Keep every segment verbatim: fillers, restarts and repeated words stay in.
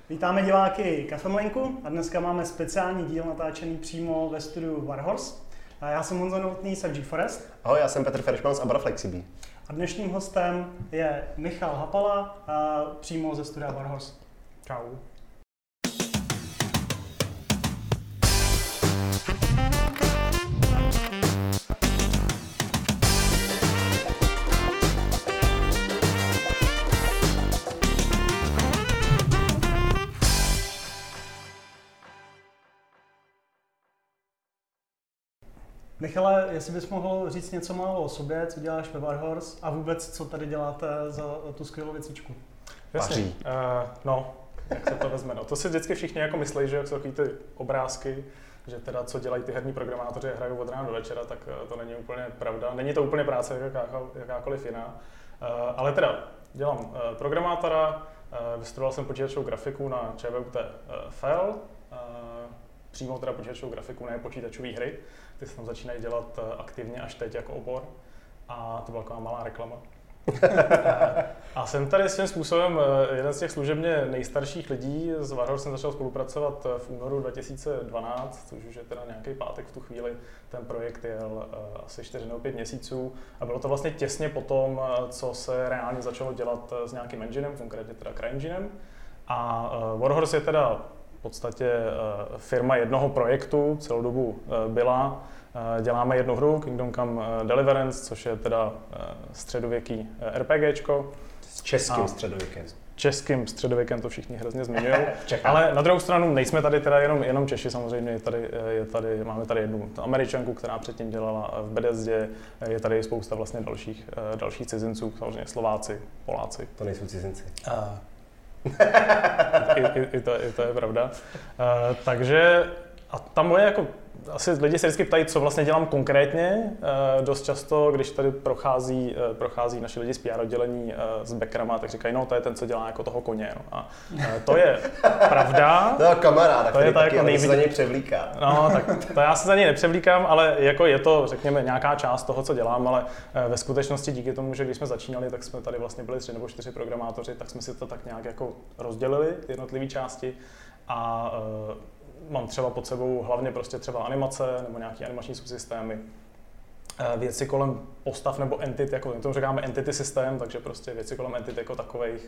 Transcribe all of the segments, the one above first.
Vítáme diváky Kafemlinku a dneska máme speciální díl natáčený přímo ve studiu Warhorse. A já jsem Honza Novotný z G-Forest. Ahoj, já jsem Petr Feršman z Abra Flexibí. A dnešním hostem je Michal Hapala a přímo ze studia Warhorse. Čau. Michale, jestli bys mohl říct něco málo o sobě, co děláš ve Warhorse a vůbec, co tady děláte za tu skvělou věcičku? Jasně. Uh, no, jak se to vezme. No, to si vždycky všichni jako myslí, že jak jsou takový ty obrázky, že teda co dělají ty herní programátoři a hrajou od rána do večera, tak to není úplně pravda. Není to úplně práce jaká, jakákoliv jiná. Uh, ale teda dělám uh, programátora, uh, vystudoval jsem počítačovou grafiku na ČVUT uh, F E L, uh, přímo teda počítačovou grafiku, ne počítačové hry. Ty se tam začínají dělat aktivně až teď jako obor a to byla taková malá reklama. A jsem tady svým způsobem jeden z těch služebně nejstarších lidí. S Warhorse jsem začal spolupracovat v únoru dva tisíce dvanáct, což už je teda nějaký pátek v tu chvíli. Ten projekt jel asi čtyři nebo pět měsíců a bylo to vlastně těsně po tom, co se reálně začalo dělat s nějakým enginem, konkrétně teda CryEnginem. A Warhorse je teda v podstatě firma jednoho projektu, celou dobu byla. Děláme jednu hru, Kingdom Come Deliverance, což je teda středověký RPGčko. S českým středověkem. Českým středověkem, to všichni hrozně zmiňují. Ale na druhou stranu nejsme tady teda jenom, jenom Češi, samozřejmě je tady, je tady, máme tady jednu Američanku, která předtím dělala v Bedezdě, je tady spousta vlastně dalších, dalších cizinců, samozřejmě Slováci, Poláci. To nejsou cizinci. Uh, I, i, i, to, I to je pravda. Uh, takže a ta moje jako, asi lidi se vždycky ptají, co vlastně dělám konkrétně. Uh, dost často, když tady prochází, uh, prochází naši lidi z P R oddělení uh, s backerama, tak říkají, no to je ten, co dělá jako toho koně. No. A uh, to je pravda. To je kamarád, to je taky jako nejvíc... za něj převlíká. No, tak to já se za něj nepřevlíkám, ale jako je to, řekněme, nějaká část toho, co dělám, ale uh, ve skutečnosti díky tomu, že když jsme začínali, tak jsme tady vlastně byli tři nebo čtyři programátoři, tak jsme si to tak nějak jako rozdělili, ty jednotlivé části. A uh, mám třeba pod sebou hlavně prostě třeba animace nebo nějaký animační subsystémy, věci kolem postav nebo entit, jako tomu říkáme entity systém, takže prostě věci kolem entit jako takovejch.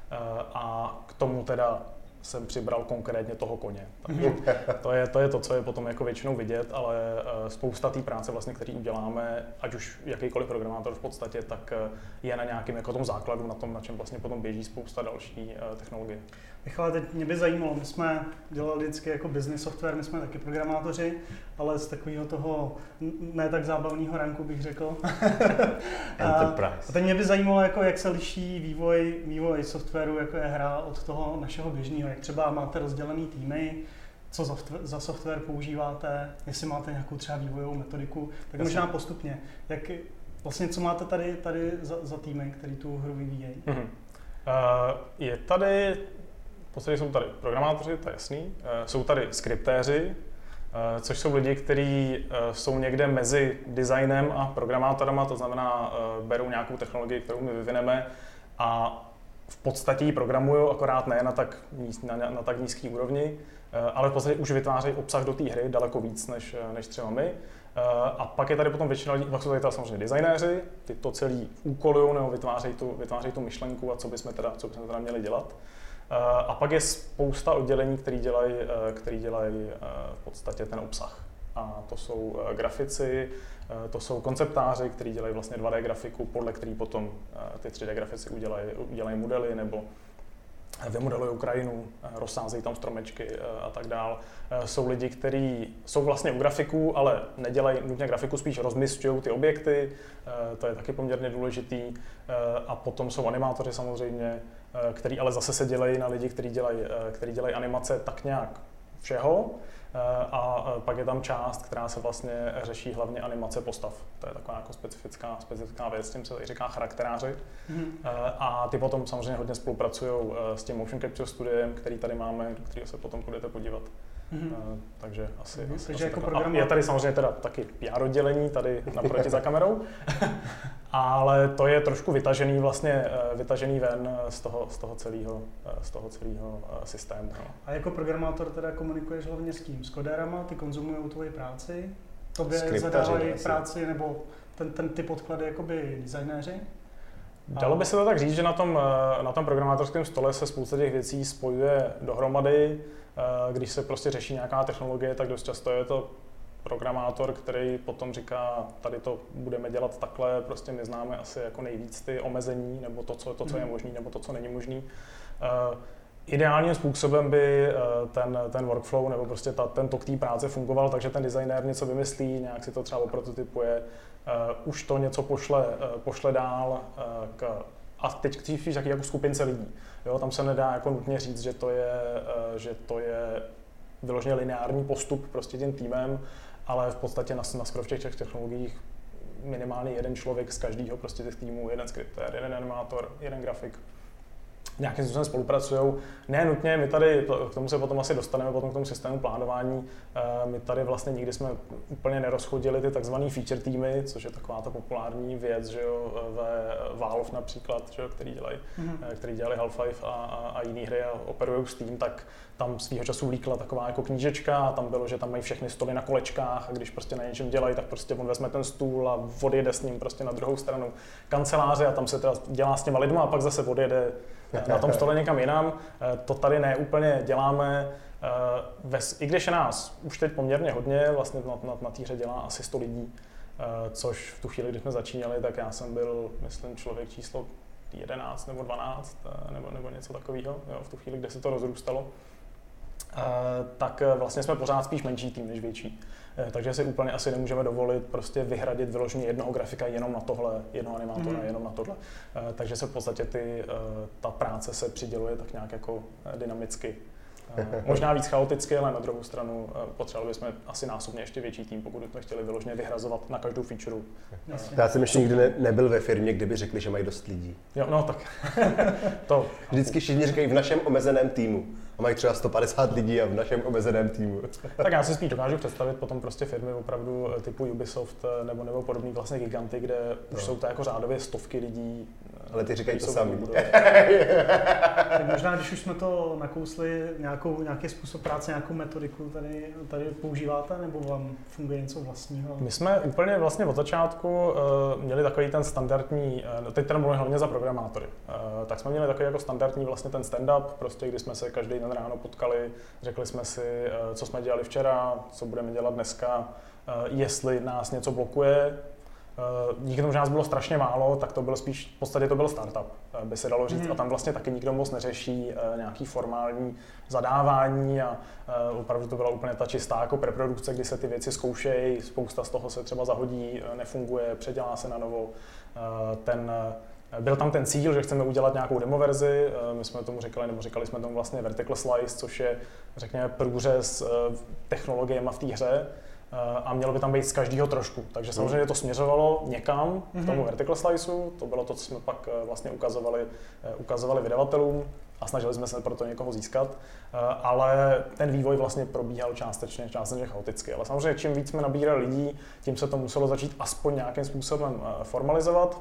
A k tomu teda jsem přibral konkrétně toho koně. Takže to je, to je to, co je potom jako většinou vidět, ale spousta té práce, vlastně, který uděláme, ať už jakýkoliv programátor v podstatě, tak je na nějakém jako tom základu, na tom, na čem vlastně potom běží spousta další technologie. Michale, teď mě by zajímalo, my jsme dělali vždycky jako business software, my jsme taky programátoři, ale z takového toho ne tak zábavného ranku bych řekl. Enterprise. A teď mě by zajímalo, jako, jak se liší vývoj, vývoj softwaru, jako je hra od toho našeho běžného, jak třeba máte rozdělený týmy, co za, za software používáte, jestli máte nějakou třeba vývojovou metodiku, tak Jasně. možná postupně. Jak, vlastně, co máte tady, tady za, za týmy, který tu hru vyvíjejí? Mm-hmm. Uh, je tady V podstatě jsou tady programátoři, to je jasný, jsou tady skriptéři, což jsou lidi, kteří jsou někde mezi designem a programátorama, to znamená, berou nějakou technologii, kterou my vyvineme a v podstatě ji programují, akorát ne na tak, na, na tak nízký úrovni, ale v podstatě už vytvářejí obsah do té hry daleko víc než, než třeba my. A pak je tady potom většina lidí, pak jsou tady teda samozřejmě designéři, ty to celý úkolujou nebo vytvářejí tu, vytvářejí tu myšlenku a co bychom teda, co bychom teda měli dělat. A pak je spousta oddělení, které dělají, který dělají v podstatě ten obsah. A to jsou grafici, to jsou konceptáři, kteří dělají vlastně dva dé grafiku, podle který potom ty tři dé grafici udělají, udělají modely nebo vymodelují krajinu, rozsázejí tam stromečky a tak dál. Jsou lidi, kteří jsou vlastně u grafiků, ale nedělají nutně grafiku, spíš rozmisťují ty objekty, to je taky poměrně důležitý. A potom jsou animátoři samozřejmě, který ale zase se dělají na lidi, kteří dělají, který dělají animace tak nějak všeho. A pak je tam část, která se vlastně řeší hlavně animace postav. To je taková jako specifická, specifická věc, tím se tady říká charakteráři. Mm. A ty potom samozřejmě hodně spolupracují s tím motion capture studiem, který tady máme, do kterého se potom budete podívat. Mm-hmm. Uh, takže asi, mm-hmm. asi, takže asi jako program... A je tady samozřejmě teda taky P R oddělení, tady naproti za kamerou, ale to je trošku vytažený vlastně, vytažený ven z toho, z toho celého, z toho celého systému. No. A jako programátor teda komunikuješ hlavně s tím, s kodérama, ty konzumují tvoji práci, tobě zadávají práci nebo ten, ten ty podklady jakoby designéři? Dalo by se to tak říct, že na tom, na tom programátorském stole se spousta těch věcí spojuje dohromady. Když se prostě řeší nějaká technologie, tak dost často je to programátor, který potom říká, tady to budeme dělat takhle, prostě my známe asi jako nejvíc ty omezení, nebo to, co, to, co je možný, nebo to, co není možný. Ideálním způsobem by ten, ten workflow nebo prostě ta, ten tok té práce fungoval, takže ten designér něco vymyslí, nějak si to třeba oprototypuje, uh, už to něco pošle, uh, pošle dál uh, k, a teď spíš taky jako skupince lidí. Jo, tam se nedá jako nutně říct, že to je, uh, že to je vyloženě lineární postup prostě tím týmem, ale v podstatě na, na skoro všech těch technologiích minimálně jeden člověk z každého prostě těch týmů, jeden skriptér, jeden animátor, jeden grafik. Nějakým způsobem spolupracují. Ne nutně, my tady, k tomu se potom asi dostaneme, potom k tomu systému plánování, my tady vlastně nikdy jsme úplně nerozchodili ty takzvané feature týmy, což je taková ta populární věc, že jo, ve Valve například, že jo, který dělají, mm-hmm. který dělali Half-Life a, a, a jiné hry a operují s tím, tak tam svýho času vlíkla taková jako knížečka a tam bylo, že tam mají všechny stoly na kolečkách a když prostě na něčem dělají, tak prostě on vezme ten stůl a odjede s ním prostě na druhou stranu kanceláře a tam se teda dělá s těma lidma a pak zase odjede na tom stole někam jinam. To tady ne úplně děláme. I když je nás už teď poměrně hodně, vlastně na, na, na té hře dělá asi sto lidí, což v tu chvíli, kdy jsme začínali, tak já jsem byl, myslím, člověk číslo jedenáct nebo dvanáct nebo, nebo něco takového, jo, v tu chvíli, kde se to rozrůstalo. Tak vlastně jsme pořád spíš menší tým než větší. Takže si úplně asi nemůžeme dovolit prostě vyhradit vyloženě jednoho grafika jenom na tohle, jednoho animátora mm. jenom na tohle. Takže se v podstatě ty, ta práce se přiděluje tak nějak jako dynamicky. Možná víc chaoticky, ale na druhou stranu potřebovali bychom asi násobně ještě větší tým, pokud bychom chtěli vyloženě vyhrazovat na každou featureu. Já jsem ještě nikdy ne, nebyl ve firmě, kde by řekli, že mají dost lidí. Jo, no tak to. Vždycky všichni říkají v našem omezeném týmu. A mají třeba sto padesát lidí a v našem omezeném týmu. Tak já si spíš dokážu představit potom prostě firmy opravdu typu Ubisoft nebo, nebo podobný vlastně giganty, kde no. už jsou to jako řádově stovky lidí. Ale ty říkají to sami. Tak možná, když už jsme to nakousli, nějakou, nějaký způsob práce, nějakou metodiku tady, tady používáte, nebo vám funguje něco vlastního? My jsme úplně vlastně od začátku uh, měli takový ten standardní, uh, teď teda mluvím hlavně za programátory, uh, tak jsme měli takový jako standardní vlastně ten stand-up, prostě kdy jsme se každý den ráno potkali, řekli jsme si, uh, co jsme dělali včera, co budeme dělat dneska, uh, jestli nás něco blokuje. Díky tomu, že nás bylo strašně málo, tak to bylo spíš, v podstatě to byl startup, by se dalo říct. Mm. A tam vlastně taky nikdo moc neřeší uh, nějaký formální zadávání a uh, opravdu to byla úplně ta čistá jako preprodukce, kdy se ty věci zkoušejí, spousta z toho se třeba zahodí, nefunguje, předělá se na novo. Uh, ten, uh, byl tam ten cíl, že chceme udělat nějakou demoverzi, uh, my jsme tomu říkali, nebo říkali jsme tomu vlastně vertical slice, což je, řekněme, průřez uh, technologiemi v té hře. A mělo by tam být z každého trošku. Takže samozřejmě to směřovalo někam k tomu vertical sliceu, to bylo to, co jsme pak vlastně ukazovali, ukazovali vydavatelům a snažili jsme se pro to někoho získat, ale ten vývoj vlastně probíhal částečně, částečně chaoticky. Ale samozřejmě čím víc jsme nabírali lidí, tím se to muselo začít aspoň nějakým způsobem formalizovat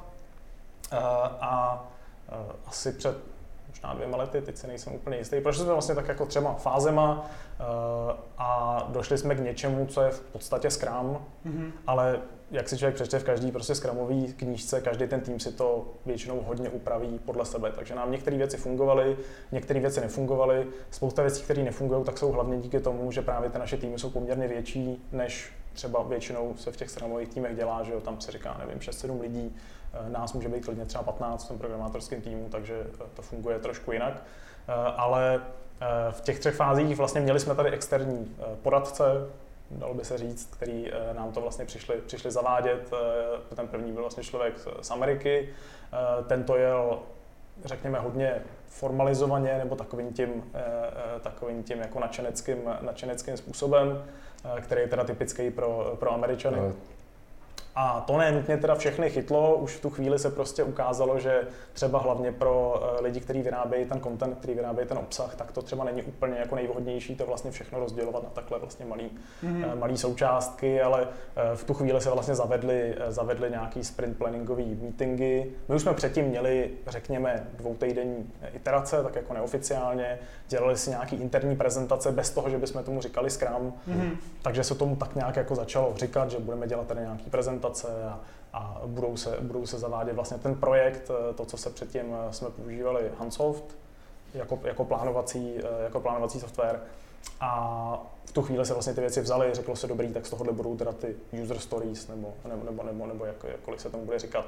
a asi před možná dvěma lety, teď si nejsem úplně jistý. Prošli jsme vlastně tak jako třema fázema uh, a došli jsme k něčemu, co je v podstatě Scrum, mm-hmm. ale jak si člověk přečte v každý prostě Scrumový knížce, každý ten tým si to většinou hodně upraví podle sebe. Takže nám některé věci fungovaly, některé věci nefungovaly. Spousta věcí, které nefungují, tak jsou hlavně díky tomu, že právě ty naše týmy jsou poměrně větší, než třeba většinou se v těch Scrumových týmech dělá, že jo, tam se říká, nevím, šest sedm lidí. Nás může být klidně třeba patnáct v tom programátorském týmu, takže to funguje trošku jinak. Ale v těch třech fázích vlastně měli jsme tady externí poradce, dalo by se říct, který nám to vlastně přišli, přišli zavádět. Ten první byl vlastně člověk z Ameriky, ten to jel, řekněme, hodně formalizovaně nebo takovým tím, takovým tím jako nadšeneckým, nadšeneckým způsobem, který je teda typický pro, pro Američany. No. A to ne nutně teda všechny chytlo, už v tu chvíli se prostě ukázalo, že třeba hlavně pro lidi, kteří vyrábějí ten content, kteří vyrábějí ten obsah, tak to třeba není úplně jako nejvhodnější to vlastně všechno rozdělovat na takhle vlastně malý, mm-hmm. malý součástky, ale v tu chvíli se vlastně zavedly, zavedly nějaký sprint planningový meetingy. My už jsme předtím měli, řekněme, dvoutýdenní iterace, tak jako neoficiálně, dělali si nějaký interní prezentace bez toho, že bychom tomu říkali Scrum, mm-hmm. takže se tomu tak nějak jako začalo říkat, že budeme dělat tady nějaký prezentace a, a budou, se, budou se zavádět vlastně ten projekt, to, co se předtím jsme používali Handsoft jako, jako, plánovací, jako plánovací software. A v tu chvíli se vlastně ty věci vzaly, řeklo se dobrý, tak z tohohle budou teda ty user stories, nebo, nebo, nebo, nebo, nebo jak, jakkoliv se tomu bude říkat.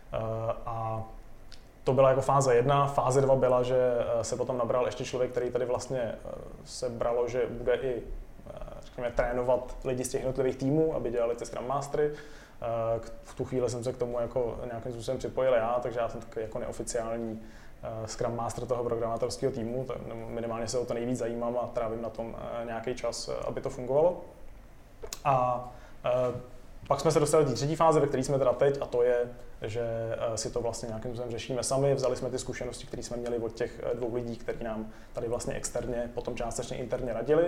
A to byla jako fáze jedna. Fáze dva byla, že se potom nabral ještě člověk, který tady vlastně se bralo, že bude i řekněme, trénovat lidi z těch jednotlivých týmů, aby dělali ty Scrum Mastery. V tu chvíli jsem se k tomu jako nějakým způsobem připojil já, takže já jsem takový jako neoficiální Scrum Master toho programátorského týmu, minimálně se o to nejvíc zajímám a trávím na tom nějaký čas, aby to fungovalo. A pak jsme se dostali do té třetí fáze, ve které jsme teda teď, a to je, že si to vlastně nějakým způsobem řešíme sami. Vzali jsme ty zkušenosti, které jsme měli od těch dvou lidí, kteří nám tady vlastně externě, potom částečně interně radili.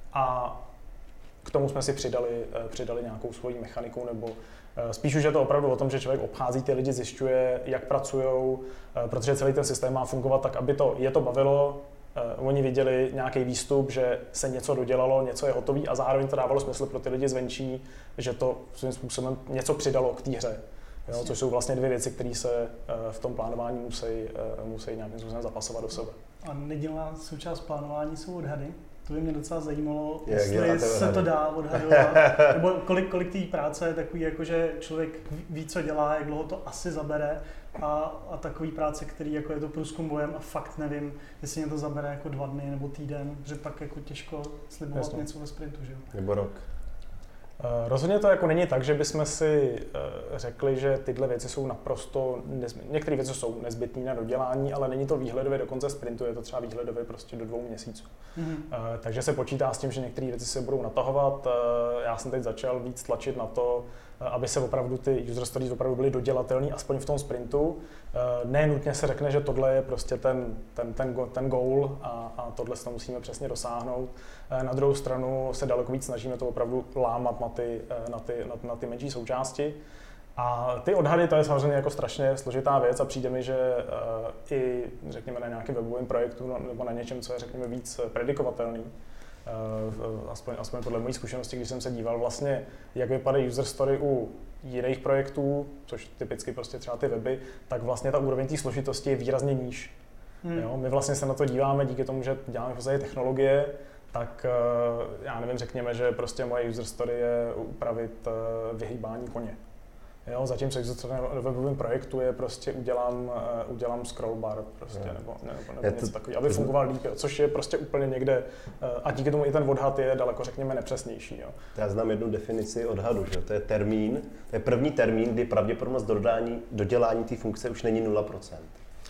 A k tomu jsme si přidali, přidali nějakou svoji mechaniku, nebo spíš už je to opravdu o tom, že člověk obchází ty lidi, zjišťuje, jak pracujou, protože celý ten systém má fungovat tak, aby to, je to bavilo, oni viděli nějaký výstup, že se něco dodělalo, něco je hotový a zároveň to dávalo smysl pro ty lidi zvenčí, že to svým způsobem něco přidalo k té hře. Jo, což jsou vlastně dvě věci, které se v tom plánování musí, musí nějakým způsobem zapasovat do sebe. A nedělá součást plánování jsou odhady? To by mě docela zajímalo, Jak jestli se to dá odhadovat, nebo kolik, kolik té práce je takový, jako že člověk ví, co dělá, jak dlouho to asi zabere a, a takový práce, který jako je to průzkum bojem a fakt nevím, jestli mě to zabere jako dva dny nebo týden, že pak jako těžko slibovat Jasně. něco ve sprintu, že jo? Nebo rok. Rozhodně to jako není tak, že bychom si řekli, že tyhle věci jsou naprosto nezbytné. Některé věci jsou nezbytné na dodělání, ale není to výhledově do konce sprintu, je to třeba výhledově prostě do dvou měsíců. Mm-hmm. Takže se počítá s tím, že některé věci se budou natahovat. Já jsem teď začal víc tlačit na to, aby se opravdu ty user stories opravdu byly dodělatelné, aspoň v tom sprintu. Ne nutně se řekne, že tohle je prostě ten, ten, ten, ten goal a, a tohle to musíme přesně dosáhnout. Na druhou stranu se daleko víc snažíme to opravdu lámat na ty, na ty, na, na ty menší součásti. A ty odhady, to je samozřejmě jako strašně složitá věc a přijde mi, že uh, i řekněme na nějakém webovém projektu no, nebo na něčem, co je řekněme víc predikovatelný, uh, aspoň, aspoň podle mojí zkušenosti, když jsem se díval vlastně, jak vypadají user story u jiných projektů, což typicky prostě třeba ty weby, tak vlastně ta úroveň té složitosti je výrazně níž. Hmm. Jo? My vlastně se na to díváme díky tomu, že děláme v podstatě technologie, tak já nevím, řekněme, že prostě moje user story je upravit vyhýbání koně. Jo, zatímco v webovém projektu je prostě udělám, udělám scroll bar prostě, no. nebo, nebo, nebo něco takového, aby fungoval líp, což je prostě úplně někde, a díky tomu i ten odhad je daleko, řekněme, nepřesnější. Jo. Já znám jednu definici odhadu, že to je termín, to je první termín, kdy pravděpodobnost dodání, dodělání té funkce už není nula procent.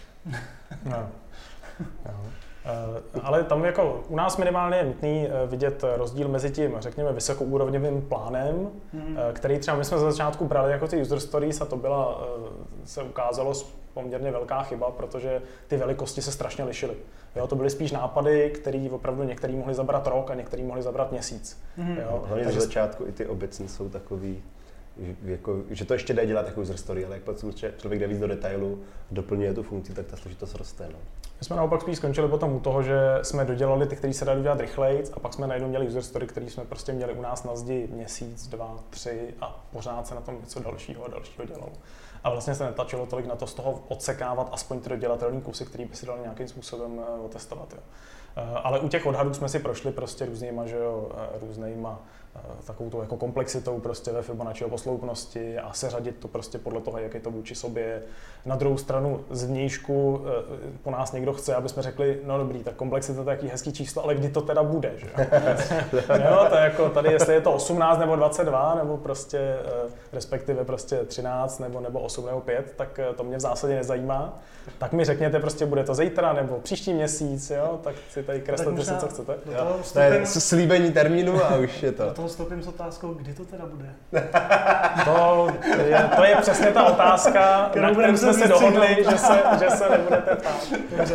No. No. Ale tam jako u nás minimálně je nutný vidět rozdíl mezi tím, řekněme, vysokoúrovňovým plánem, mm. který třeba my jsme za začátku brali jako ty user stories a to byla, se ukázalo poměrně velká chyba, protože ty velikosti se strašně lišily. Jo, to byly spíš nápady, které opravdu některý mohli zabrat rok a některý mohli zabrat měsíc. Mm. Jo, hlavně takže... za začátku i ty obecní jsou takový, jako, že to ještě jde dělat jako user story, ale jak potom člověk jde víc do detailu, doplňuje tu funkci, tak ta složitost roste. No. My jsme naopak spíš skončili potom u toho, že jsme dodělali ty, který se dali dělat rychleji, a pak jsme najednou měli user story, který jsme prostě měli u nás na zdi měsíc, dva, tři a pořád se na tom něco dalšího a dalšího dělalo. A vlastně se netačilo tolik na to z toho odsekávat aspoň ty dodělatelné kusy, který by si dali nějakým způsobem otestovat. Jo. Ale u těch odhadů jsme si prošli prostě různýma, že jo, různýma takovou tou jako komplexitou prostě ve Fibonacciho posloupnosti a seřadit to prostě podle toho, jak je to vůči sobě. Na druhou stranu zvnějšku po nás někdo chce, aby jsme řekli, no dobrý, tak komplexita to je taký hezký číslo, ale kdy to teda bude, že jo? To je jako tady, jestli je to osmnáct nebo dvacet dva, nebo prostě respektive prostě třináct nebo, nebo osm nebo pět, tak to mě v zásadě nezajímá. Tak mi řekněte prostě, bude to zítra nebo příští měsíc, jo? Tak si tady kreslete si, co chcete. Jo, to je slíbení termínu a už je to. Do toho vstoupím s otázkou, kdy to teda bude. To je, to je přesně ta otázka, na kterou jsme se dohodli, že se, že se nebudete ptát.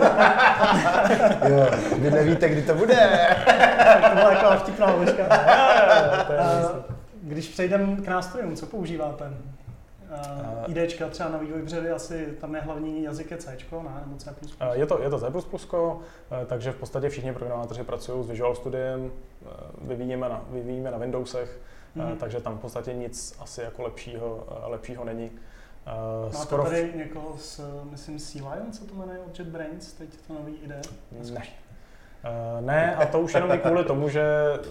Jo, vy nevíte, kdy to bude. To byla taková vtipná ložka. Když přejdeme k nástrojům, co používáte? Uh, IDčka třeba na vývoj, protože asi tam je hlavní jazyk je C, ne? Nebo C plus plus? Je to, je to C plus plus, takže v podstatě všichni programátoři pracují s Visual Studiem, vyvíjíme na, vyvíjíme na Windowsech, mm-hmm. takže tam v podstatě nic asi jako lepšího, lepšího není. Máte Skoro tady někoho s, myslím, C-Lion, co to jmenuje od JetBrains, teď to nový I D? Ne. Uh, ne, a to už jenom kvůli tomu, že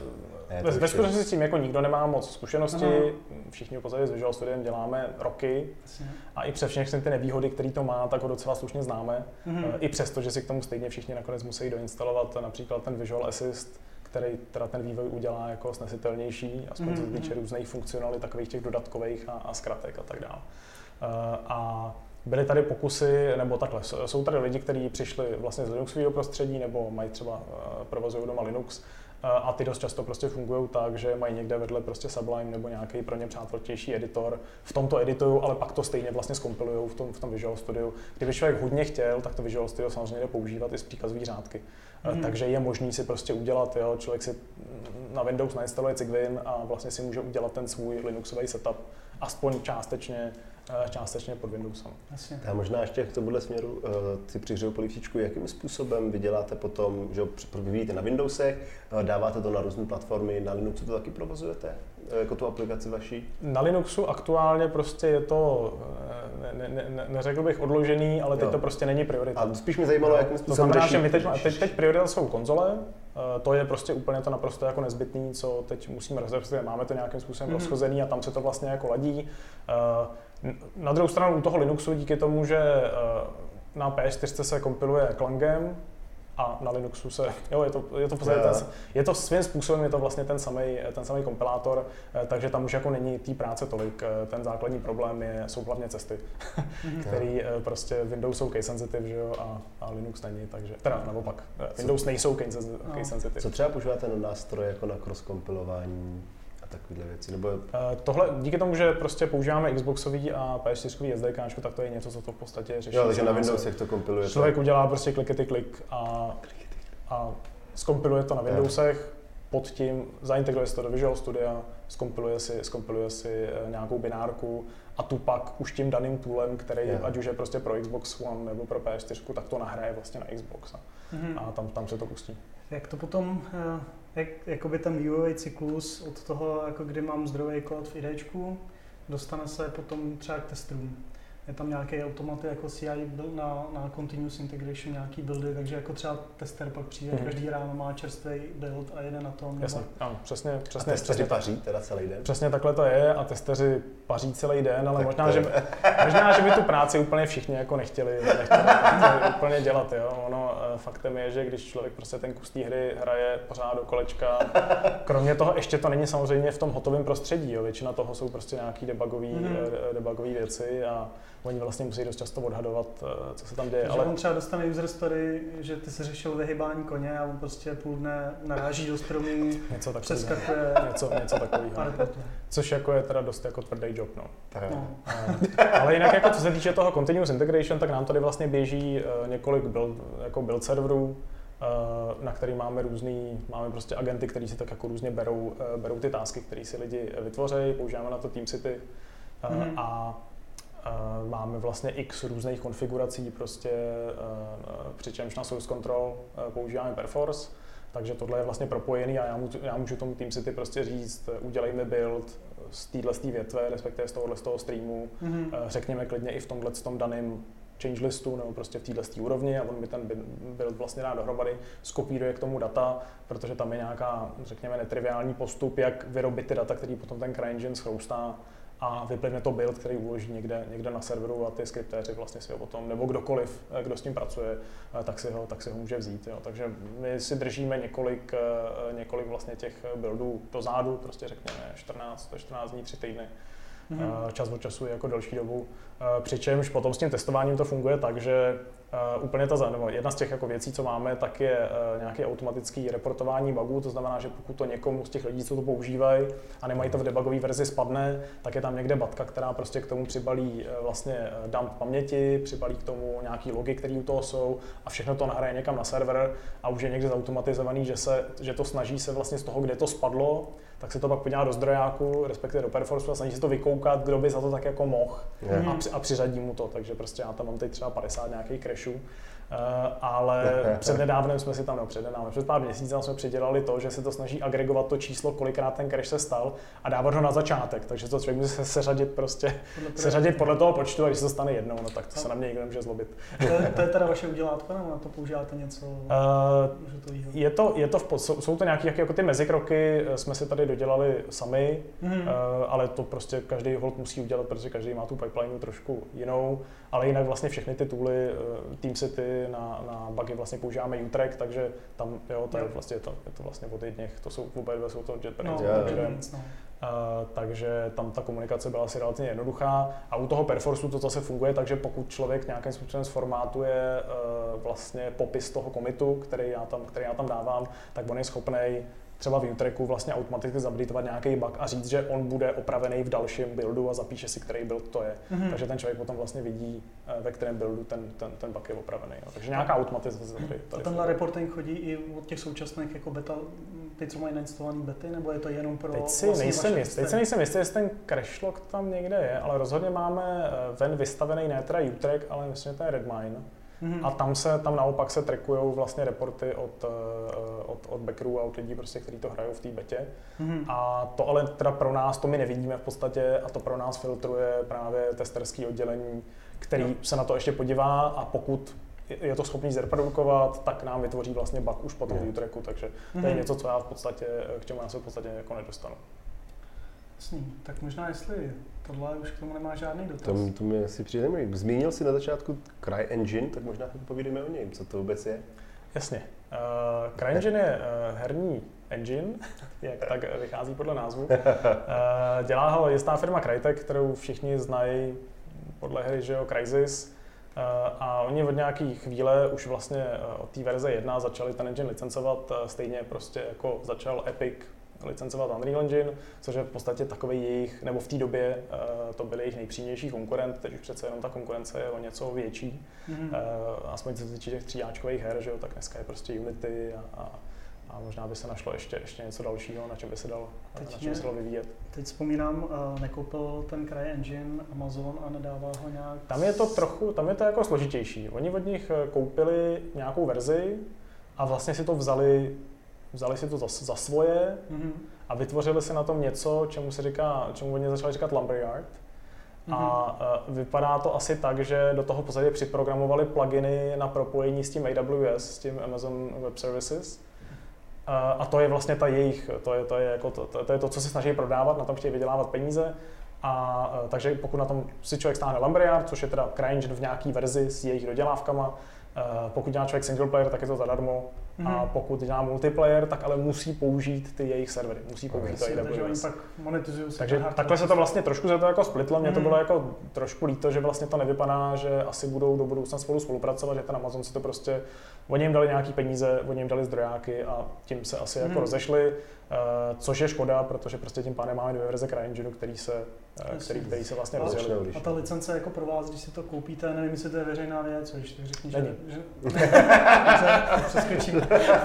ve skutečnosti s tím jako nikdo nemá moc zkušenosti, aha. Všichni v podstatě s Visual Studiem děláme roky a i přes všechny ty nevýhody, které to má, tak ho docela slušně známe. Mm-hmm. I přesto, že si k tomu stejně všichni nakonec musí doinstalovat například ten Visual Assist, který teda ten vývoj udělá jako snesitelnější, aspoň mm-hmm. co se týče různých funkcionalit, takových těch dodatkových a, a zkratek a tak dále. Uh, a byly tady pokusy, nebo takhle, jsou tady lidi, kteří přišli vlastně z Linuxového prostředí, nebo mají třeba uh, provozují doma Linux, a ty dost často prostě fungují tak, že mají někde vedle prostě Sublime nebo nějaký pro ně přátelštější editor. V tom to editují, ale pak to stejně vlastně zkompilujou v tom, v tom Visual Studio. Kdyby člověk hodně chtěl, tak to Visual Studio samozřejmě jde používat i z příkazové řádky. Mm. Takže je možný si prostě udělat, jo, člověk si na Windows nainstaluje Cygwin a vlastně si může udělat ten svůj Linuxový setup aspoň částečně částečně pod Windowsem. A možná ještě k tomuhle směru uh, si přihřeju polívčičku, jakým způsobem vy děláte potom, že vyvíjíte na Windowsech, uh, dáváte to na různé platformy, na Linuxu to taky provozujete, uh, jako tu aplikaci vaší? Na Linuxu aktuálně prostě je to, ne, ne, ne, neřekl bych odložený, ale teď jo. To prostě není priorita. A spíš mě zajímalo, jakým způsobem to znamená, že my teď, teď, teď priorita jsou konzole, uh, to je prostě úplně to naprosto jako nezbytný, co teď musíme rozhodnout, máme to nějakým způsobem mm-hmm. rozchozený a tam se to vlastně jako ladí. Uh, Na druhou stranu u toho Linuxu díky tomu, že na P S čtyři se kompiluje Clangem a na Linuxu se, jo, je to, je to, ten, je to svým způsobem, je to vlastně ten samý, ten samý kompilátor, takže tam už jako není té práce tolik. Ten základní problém je, jsou hlavně cesty, který prostě Windows jsou case sensitive, že jo, a, a Linux není, takže, teda naopak, Windows nejsou case sensitive. Co třeba používáte na nástroje jako na cross kompilování? Takovýhle věci, nebo... Tohle, díky tomu, že prostě používáme Xboxový a P S čtyři SDK, tak to je něco, co to v podstatě řeší. Jo, takže na Windowsech to kompiluje. Člověk udělá prostě klikety klik a, a zkompiluje to na Windowsech, pod tím zaintegruje se to do Visual Studia, zkompiluje si, zkompiluje si nějakou binárku a tu pak už tím daným toolem, který yeah. ať už je prostě pro Xbox One nebo pro P S čtyři, tak to nahraje vlastně na Xbox a, mm-hmm. a tam, tam se to pustí. Jak to potom, jak, jakoby ten vývojový cyklus od toho, jako kdy mám zdrojový kód v IDčku, dostane se potom třeba k testům. Je tam nějaký automaty jako C I na, na continuous integration, nějaký buildy, takže jako třeba tester pak přijde, mm-hmm. každý ráno má čerstvý build a jede na tom. Jasně, ano, přesně, přesně. A testeři paří teda celý den? Přesně takhle to je a testeři paří celý den, ale možná že, možná, že by tu práci úplně všichni jako nechtěli, nechtěli, nechtěli úplně dělat. Jo. Ono faktem je, že když člověk prostě ten kus té hry hraje pořád do kolečka, kromě toho ještě to není samozřejmě v tom hotovém prostředí. Jo. Většina toho jsou prostě nějaký debugové mm-hmm. debugové věci a oni vlastně musí dost často odhadovat, co se tam děje. Takže ale on třeba dostane user story, že ty jsi řešil vyhybání koně a on prostě půl dne naráží do stromů, přeskakuje. Něco, něco takového. Což jako je teda dost jako tvrdý job, no. no. Ale jinak jako co se týče toho continuous integration, tak nám tady vlastně běží několik build, jako build serverů, na který máme různý, máme prostě agenty, kteří si tak jako různě berou, berou ty tásky, které si lidi vytvoří, používáme na to TeamCity mm-hmm. a Uh, máme vlastně x různých konfigurací, prostě, uh, přičemž na source control uh, používáme Perforce, takže tohle je vlastně propojený a já, můžu, já můžu tomu TeamCity prostě říct, udělej mi build z této větve, respektive z tohohle z toho streamu, mm-hmm. uh, řekněme klidně i v tomhle tom daném change listu nebo prostě v této úrovni a on mi ten build vlastně dá dohromady, skopíruje k tomu data, protože tam je nějaká, řekněme, netriviální postup, jak vyrobit ty data, který potom ten CryEngine schroustá a vyplyne to build, který uloží někde, někde na serveru a ty skriptéři vlastně si ho potom, nebo kdokoliv, kdo s tím pracuje, tak si ho, tak si ho může vzít. Jo. Takže my si držíme několik, několik vlastně těch buildů dozadu, prostě řekněme čtrnáct, čtrnáct dní, tři týdny. Mm-hmm. Čas od času jako delší dobu. Přičemž potom s tím testováním to funguje tak, že Uh, úplně ta, nebo jedna z těch jako věcí, co máme, tak je uh, nějaké automatické reportování bugů, to znamená, že pokud to někomu z těch lidí, co to používají a nemají to v debugové verzi spadne, tak je tam někde batka, která prostě k tomu přibalí uh, vlastně dump paměti, přibalí k tomu nějaký logy, které u toho jsou a všechno to nahraje někam na server a už je někde zautomatizovaný, že, se, že to snaží se vlastně z toho, kde to spadlo, tak se to pak podívá do zdrojáku, respektive do Perforce a snaží se to vykoukat, kdo by za to tak jako mohl mm. a, při, a přiřadí mu to, takže prostě já tam mám teď třeba padesát nějakých crashů. Uh, ale přednedávnem jsme si tam, no přednedávnem, před pár měsíci jsme přidělali to, že se to snaží agregovat to číslo, kolikrát ten crash se stal a dávat ho na začátek, takže to člověk musí se seřadit prostě, seřadit podle toho počtu a když se to stane jednou, no tak to se na mě nikdo nemůže zlobit. To je, to je teda vaše udělátko, nebo na to používáte něco uh, je to, je to v, jsou, jsou to nějaké jako ty mezikroky, jsme si tady dodělali sami, mm-hmm. uh, ale to prostě každý hold musí udělat, protože každý má tu pipeline trošku jinou, ale jinak vlastně všechny ty tooly, uh, TeamCity, Na, na bugy vlastně používáme U-Track, takže tam, jo, to je vlastně, to, je to vlastně od jedněch, to jsou oba dva, jsou to JetBrains, no, takže, no. uh, takže tam ta komunikace byla asi relativně jednoduchá a u toho Perforceu to zase funguje, takže pokud člověk nějakým způsobem sformátuje uh, vlastně popis toho commitu, který já tam, který já tam dávám, tak on je schopnej třeba v U-Tracku vlastně automaticky zupdateovat nějaký bug a říct, že on bude opravený v dalším buildu a zapíše si, který build to je. Mm-hmm. Takže ten člověk potom vlastně vidí, ve kterém buildu ten, ten, ten bug je opravený. Jo. Takže nějaká automatizace tady. tady a tenhle reporting chodí i od těch současných jako beta, ty, co mají nainstalovaný bety, nebo je to jenom pro teď si vlastně nejsem jist, Teď si nejsem jistý, jestli ten crashlog tam někde je, ale rozhodně máme ven vystavený ne teda U-Track, ale myslím, že to je Redmine. Mm-hmm. A tam se, tam naopak se trackujou vlastně reporty od, od, od backerů a od lidí, prostě, kteří to hrajou v té betě. Mm-hmm. A to ale teda pro nás, to my nevidíme v podstatě a to pro nás filtruje právě testerský oddělení, který no. se na to ještě podívá a pokud je to schopný zreprodukovat, tak nám vytvoří vlastně bug už po tom U-Tracku, takže mm-hmm. to je něco, co já v podstatě, k čemu já se v podstatě jako nedostanu. Jasný, tak možná jestli tohle už k tomu nemá žádný dotaz. To, to mi asi přijde zajímavý. Zmínil jsi na začátku CryEngine, tak možná povídejme o něm, co to vůbec je? Jasně. Uh, CryEngine je uh, herní engine, jak tak vychází podle názvu. Uh, dělá ho jistá firma Crytek, kterou všichni znají podle hry, že jo, Crysis. Uh, a oni od nějaký chvíle už vlastně uh, od té verze jedna začali ten engine licencovat, uh, stejně prostě jako začal Epic licencovat Unreal Engine, což je v podstatě takový jejich, nebo v té době uh, to byl jejich nejpřímější konkurent, teď už přece jenom ta konkurence je o něco větší. Mm-hmm. Uh, aspoň co se týče těch tříáčkových her, že jo, tak dneska je prostě Unity a, a, a možná by se našlo ještě, ještě něco dalšího, na čem by se dal, teď na čem by se dal vyvíjet. Teď vzpomínám, uh, nekoupil ten CryEngine Amazon a nedává ho nějak... Tam je to trochu, tam je to jako složitější. Oni od nich koupili nějakou verzi a vlastně si to vzali Vzali si to za, za svoje mm-hmm. a vytvořili si na tom něco, čemu se říká, čemu oni začali říkat Lumberyard. Mm-hmm. A uh, vypadá to asi tak, že do toho v podstatě připrogramovali pluginy na propojení s tím A W S, s tím Amazon Web Services. Uh, a to je vlastně ta jejich, to je to, je jako to, to, to, je to co se snaží prodávat, na tom chtějí vydělávat peníze. A uh, takže pokud na tom si člověk stáhne Lumberyard, což je teda CryEngine v nějaký verzi s jejich dodělávkama, uh, pokud dělá člověk single player, tak je to zadarmo. Mm-hmm. A pokud dělá multiplayer, tak ale musí použít ty jejich servery, musí použít to A W S. Tak monetizují se. Takže takhle se to vlastně trošku se to jako splitlo, mně to bylo jako trošku líto, že vlastně to nevypadá, že asi budou do budoucna spolu spolupracovat, že ten Amazon si to prostě, oni jim dali nějaký peníze, oni jim dali zdrojáky a tím se asi jako mm. rozešli, uh, což je škoda, protože prostě tím pádem máme dvě verze CryEngineu, který se, uh, který, který se vlastně rozjeli. A ta licence jako pro vás, když si to koupíte, nevím, jestli to je veřejná věc, když tak řekni, že... že přeskočím.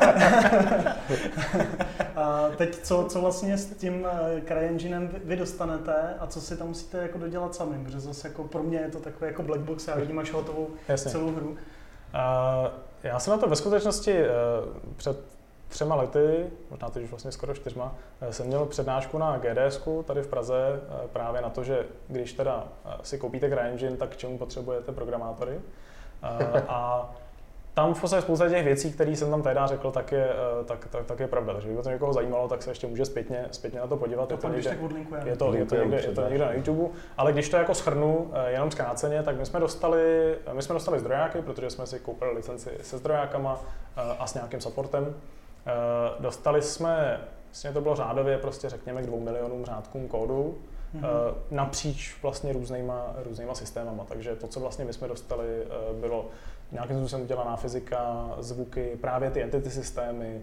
A teď co, co vlastně s tím CryEnginem vy dostanete a co si tam musíte jako dodělat sami, protože zase jako pro mě je to takový jako black box, já vidím až hotovou celou hru. Uh, já jsem na to ve skutečnosti uh, před třema lety, možná teď už vlastně skoro čtyřma, jsem měl přednášku na G D S ku tady v Praze právě na to, že když teda si koupíte CryEngine, tak k čemu potřebujete programátory. Uh, a tam v podstatě spousta těch věcí, které jsem tam tehdy řekl, tak je, tak, tak, tak je pravda. Takže kdyby to někoho zajímalo, tak se ještě může zpětně, zpětně na to podívat. Je to, někde, je to, je to, někde, je to někde na YouTube. Ale když to jako shrnu jenom zkráceně, tak my jsme dostali, my jsme dostali zdrojáky, protože jsme si koupili licenci se zdrojákama a s nějakým supportem. Dostali jsme, vlastně to bylo řádově prostě řekněme k dvou milionům řádkům kódu. Mm-hmm. napříč vlastně různýma, různýma systémama. Takže to, co vlastně my jsme dostali, bylo nějakým způsobem udělaná fyzika, zvuky, právě ty entity systémy,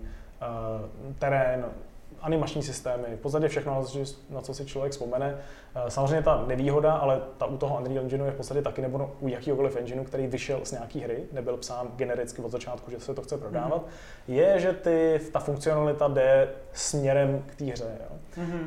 terén, animační systémy, v podstatě všechno, na co si člověk vzpomene. Samozřejmě ta nevýhoda, ale ta u toho Unreal Engineu je v podstatě taky, nebo u jakýhokoliv engineu, který vyšel z nějaký hry, nebyl psán genericky od začátku, že se to chce prodávat, mm-hmm. je, že ty, ta funkcionalita jde směrem k té hře. Jo. Mm-hmm.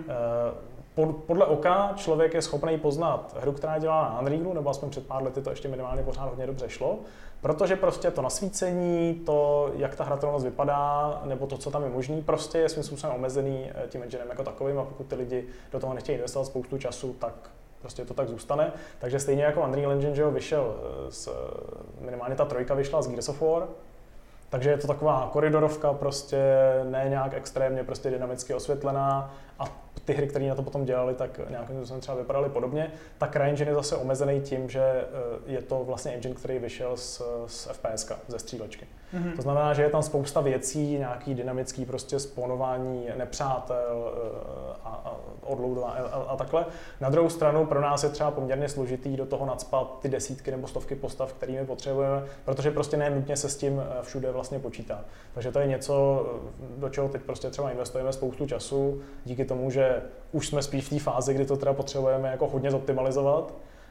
Podle oka člověk je schopný poznat hru, která je dělána na Unrealu, nebo aspoň před pár lety to ještě minimálně pořád hodně dobře šlo, protože prostě to nasvícení, to, jak ta hratelnost vypadá, nebo to, co tam je možný, prostě je svým způsobem omezený tím enginem jako takovým a pokud ty lidi do toho nechtějí investovat spoustu času, tak prostě to tak zůstane. Takže stejně jako Unreal Engine, že jo, vyšel, z, minimálně ta trojka vyšla z Gears of War, takže je to taková koridorovka, prostě ne nějak extrémně prostě dynamicky osvětlená a ty hry, které na to potom dělali, tak nějakým způsobem třeba vypadaly podobně. Ta CryEngine je zase omezený tím, že je to vlastně engine, který vyšel z, z F P S ka, ze střílečky. Mm-hmm. To znamená, že je tam spousta věcí, nějaký dynamický prostě spawnování nepřátel a, a odloadování a, a, a takhle. Na druhou stranu pro nás je třeba poměrně složitý do toho nacpat ty desítky nebo stovky postav, kterými potřebujeme, protože prostě ne nutně se s tím všude vlastně počítá. Takže to je něco, do čeho teď prostě třeba investujeme spoustu času, díky tomu, že už jsme spíš v té fázi, kdy to teda potřebujeme jako hodně zoptimalizovat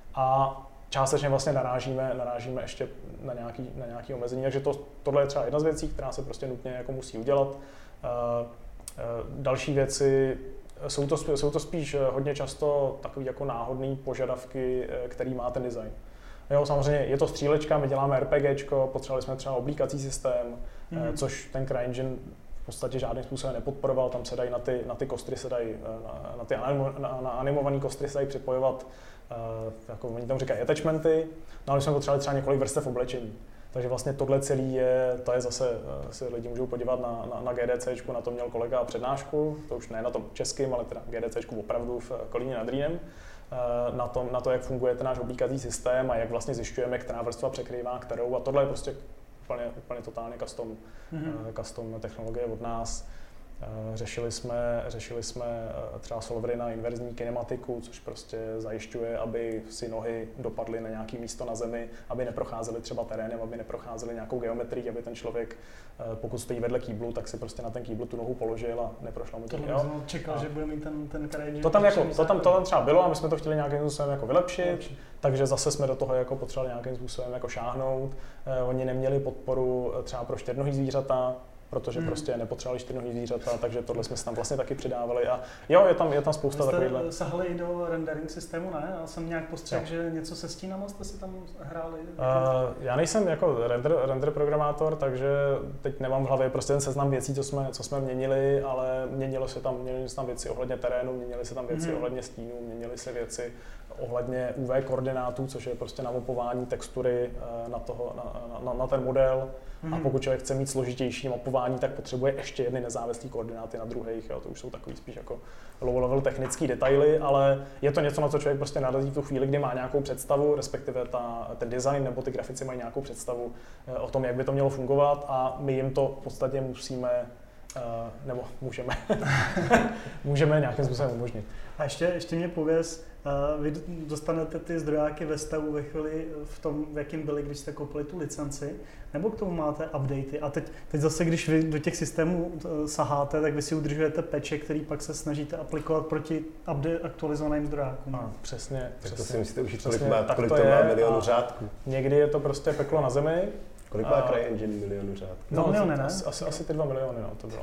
a částečně vlastně narážíme, narážíme ještě na nějaký, na nějaký omezení, takže to, tohle je třeba jedna z věcí, která se prostě nutně jako musí udělat. Uh, uh, další věci, jsou to, jsou to spíš hodně často takový jako náhodný požadavky, který má ten design. Jo, samozřejmě je to střílečka, my děláme RPGčko, potřebovali jsme třeba oblíkací systém, mm. což ten CryEngine v podstatě žádným způsobem nepodporoval, tam se dají na ty, na ty kostry, se dají, na, na ty animo, na, na animované kostry se dají připojovat, uh, jako oni tam říkají attachmenty, no ale jsme potřebovali třeba několik vrstev oblečení. Takže vlastně tohle celý je, to je zase, se lidi můžou podívat na, na, na GDCčku, na to měl kolega přednášku, to už ne na tom českým, ale teda GDCčku opravdu v Kolíně nad Rýnem, na, tom, na to, jak funguje ten náš oblíkací systém a jak vlastně zjišťujeme, která vrstva překrývá kterou a tohle je prostě úplně, úplně totálně custom, mm-hmm. custom technologie od nás. Řešili jsme, řešili jsme třeba solvery na inverzní kinematiku, což prostě zajišťuje, aby si nohy dopadly na nějaké místo na zemi, aby neprocházely třeba terénem, aby neprocházely nějakou geometrií, aby ten člověk, pokud stojí vedle kýblu, tak si prostě na ten kýbl tu nohu položil a neprošla mu to. To jsem čekal, a že bude mít ten, ten CryEngine. To tam, jako, to, tam, to tam třeba bylo a my jsme to chtěli nějakým způsobem jako vylepšit, Lepší. takže zase jsme do toho jako potřebovali nějakým způsobem jako šáhnout. Eh, oni neměli podporu třeba pro čtyřnohý zvířata, protože hmm. prostě nepotřebovali čtyřnohý zvířata, takže tohle jsme se tam vlastně taky přidávali a jo, je tam, je tam spousta takovýchhle. Vy jste sahali i do rendering systému, ne? Já jsem nějak postřehl, že něco se stínama jste si tam hráli? Uh, já nejsem jako render, render programátor, takže teď nemám v hlavě prostě ten seznam věcí, co jsme, co jsme měnili, ale měnilo se tam, měnili se tam věci ohledně terénu, měnily se tam věci hmm. ohledně stínů, měnily se věci ohledně U V koordinátů, což je prostě namapování textury na, toho, na, na, na ten model. Mm. A pokud člověk chce mít složitější mapování, tak potřebuje ještě jedny nezávislé koordináty na druhých. Jo. To už jsou takový spíš jako low level technické detaily, ale je to něco, na co člověk prostě narazí v tu chvíli, kdy má nějakou představu, respektive ta, ten design nebo ty grafici mají nějakou představu o tom, jak by to mělo fungovat a my jim to v podstatě musíme, nebo můžeme, můžeme nějakým způsobem umožnit. A ještě, ještě mě pověz, uh, vy dostanete ty zdrojáky ve stavu ve chvíli v tom, v jakým byli, když jste koupili tu licenci, nebo k tomu máte updaty? A teď, teď zase, když vy do těch systémů uh, saháte, tak vy si udržujete patche, který pak se snažíte aplikovat proti update, aktualizovaným zdrojákům. A, přesně, tak přesně. to si musíte už kolik má, kolik to má milionů řádků. Někdy je to prostě peklo na zemi. Kolik má CryEngine milionů řádků? No, no miliony, ne? Asi, asi, asi ty dva miliony, no, to bylo.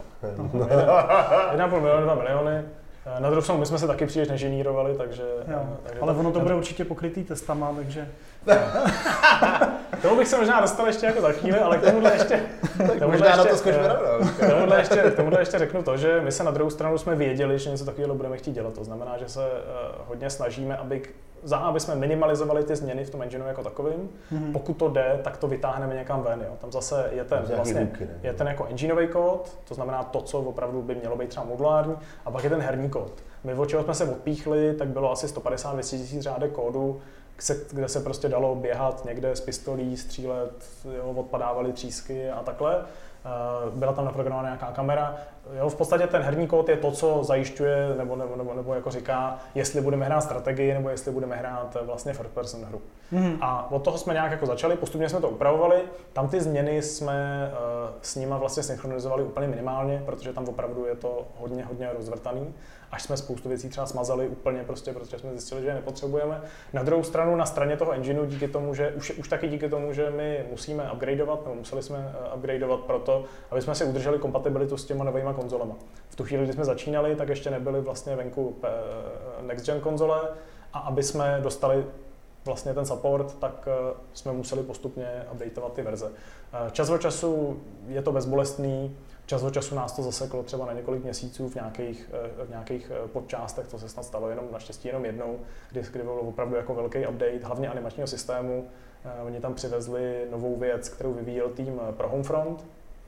Jedna půl miliony, dva miliony. Na druhou stranu, my jsme se taky příliš neženírovali, takže... takže ale ono to bude určitě pokrytý testama, takže... Tomu bych se možná dostal ještě jako za chvíli, ale k tomuhle ještě... Možná ještě, na to zkočme k tomuhle ještě, k tomuhle ještě řeknu to, že my se na druhou stranu jsme věděli, že něco takového budeme chtít dělat. To znamená, že se hodně snažíme, aby za aby jsme minimalizovali ty změny v tom engineu jako takovým. Mm-hmm. Pokud to jde, tak to vytáhneme někam ven. Jo. Tam zase je ten, vlastně, ruky, je ten jako engineový kód, to znamená to, co opravdu by mělo být třeba modulární, a pak je ten herní kód. My, od čeho jsme se odpíchli, tak bylo asi sto padesát až dvě stě tisíc řádek kódu, kde se prostě dalo běhat někde z pistolí, střílet, jo, odpadávaly třísky a takhle. byla tam naprogramovaná nějaká kamera. Jo, v podstatě ten herní kód je to, co zajišťuje nebo, nebo, nebo, nebo jako říká, jestli budeme hrát strategii nebo jestli budeme hrát vlastně first person hru. Mm-hmm. A od toho jsme nějak jako začali, postupně jsme to upravovali, tam ty změny jsme uh, s nima vlastně synchronizovali úplně minimálně, protože tam opravdu je to hodně, hodně rozvrtaný, až jsme spoustu věcí třeba smazali úplně prostě, protože jsme zjistili, že je nepotřebujeme. Na druhou stranu, na straně toho engineu, díky tomu, že už, už taky díky tomu, že my musíme upgradeovat, nebo museli jsme upgradeovat proto, aby jsme si udrželi kompatibilitu s těma novýma konzolema. V tu chvíli, kdy jsme začínali, tak ještě nebyly vlastně venku next gen konzole a aby jsme dostali vlastně ten support, tak jsme museli postupně updateovat ty verze. Čas od času je to bezbolestný, čas od času nás to zaseklo třeba na několik měsíců v nějakých, v nějakých podčástech, to se snad stalo jenom naštěstí jenom jednou, kdy, kdy byl opravdu jako velký update, hlavně animačního systému. Oni tam přivezli novou věc, kterou vyvíjel tým pro Homefront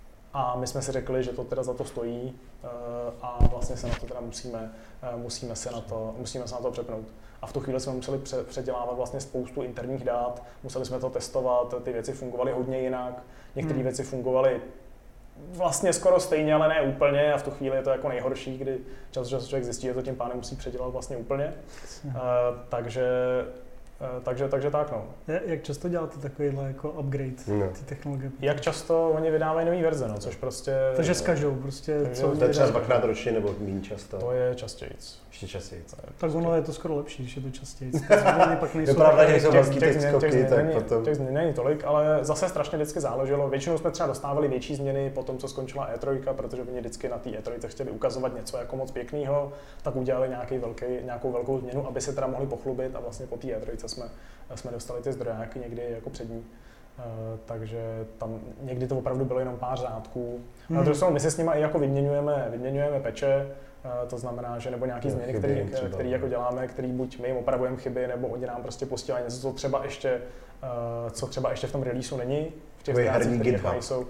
a my jsme si řekli, že to teda za to stojí a vlastně se na to teda musíme, musíme, se na to, musíme se na to přepnout. A v tu chvíli jsme museli předělávat vlastně spoustu interních dat, museli jsme to testovat, ty věci fungovaly hodně jinak, některé hmm. věci fungovaly vlastně skoro stejně, ale ne úplně a v tu chvíli je to jako nejhorší, kdy čas, že člověk zjistí, že to tím pánem musí předělat vlastně úplně. Uh, takže, uh, takže, takže tak no. Jak často děláte takovýhle jako upgrade no. ty technologie? Jak často oni vydávají nový verze, no, což prostě... Takže s každou prostě... Takže co to je třeba dvakrát ročně nebo méně často? To je častějc. Ještě častěji. Tak ono je to skoro lepší, když je to častěji. Je pravda, že jsou velký teď skoky, tak potom... Těch změn není tolik, ale zase strašně vždycky záleželo. Většinou jsme třeba dostávali větší změny po tom, co skončila E tři, protože oni vždycky na té E tři chtěli ukazovat něco jako moc pěkného, tak udělali nějaký velký, nějakou velkou změnu, aby se teda mohli pochlubit a vlastně po té E tři jsme, jsme dostali ty zdrojáky někdy jako přední. Uh, takže tam někdy to opravdu bylo jenom pár řádků. Hmm. Na druhou stranu my se s nimi i jako vyměňujeme, vyměňujeme peče, uh, to znamená, že nebo nějaký změny, které jako děláme, který buď my jim opravujeme chyby, nebo oni nám prostě posílají něco, co třeba ještě, uh, co třeba ještě v tom releaseu není, v těch zdrojích, které jako nejsou.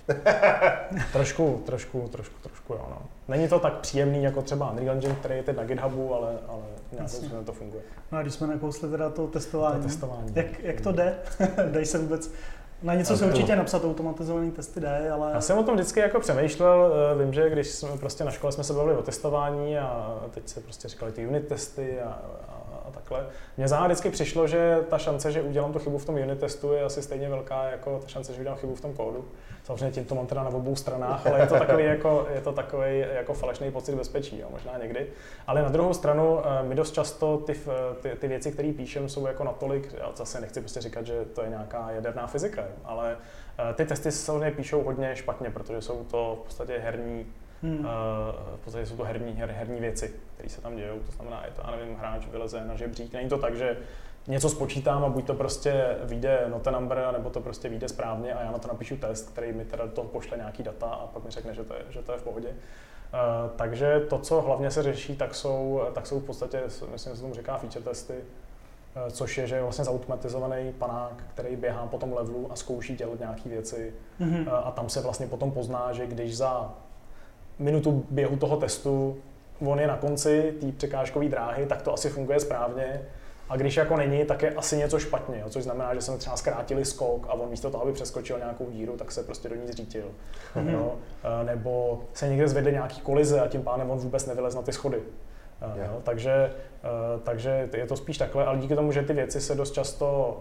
trošku, trošku, trošku, trošku, jo, no. Není to tak příjemný jako třeba Unreal Engine, který je teď na GitHubu, ale, ale nějakým způsobem to funguje. No a když jsme nakousli teda to testování, to testování. Jak, jak to jde? Dají se vůbec, na něco se určitě napsat automatizovaný testy dají, ale... Já jsem o tom vždycky jako přemýšlel, vím, že když jsme prostě na škole jsme se bavili o testování a teď se prostě říkali ty unit testy a, a, a takhle. Mně zároveň vždycky přišlo, že ta šance, že udělám tu chybu v tom unit testu je asi stejně velká jako ta šance, že udělám chybu v tom kódu. Samozřejmě tím to mám teda na obou stranách, ale je to takový jako, je to takový jako falešný pocit bezpečí, jo, možná někdy. Ale na druhou stranu my dost často ty, ty, ty věci, které píšem, jsou jako natolik, já zase nechci prostě říkat, že to je nějaká jaderná fyzika, ale ty testy se samozřejmě píšou hodně špatně, protože jsou to v podstatě herní, hmm. v podstatě jsou to herní, her, herní věci, které se tam dějou, to znamená, je to, já nevím, hráč vyleze na žebřík, není to tak, že něco spočítám a buď to prostě vyjde not a number, nebo to prostě vyjde správně a já na to napíšu test, který mi teda do toho pošle nějaký data a pak mi řekne, že to je, že to je v pohodě. Uh, takže to, co hlavně se řeší, tak jsou, tak jsou v podstatě, myslím, že se tomu říká feature testy, uh, což je, že je vlastně zautomatizovaný panák, který běhá po tom levelu a zkouší dělat nějaké věci. Mm-hmm. Uh, a tam se vlastně potom pozná, že když za minutu běhu toho testu on je na konci té překážkové dráhy, tak to asi funguje správně. A když jako není, tak je asi něco špatně, jo, což znamená, že jsme třeba zkrátili skok a on místo toho, aby přeskočil nějakou díru, tak se prostě do ní zřítil. Mm-hmm. Jo, nebo se někde zvedly nějaký kolize a tím pádem on vůbec nevylez na ty schody. Yeah. Jo, takže, takže je to spíš takhle, ale díky tomu, že ty věci se dost často,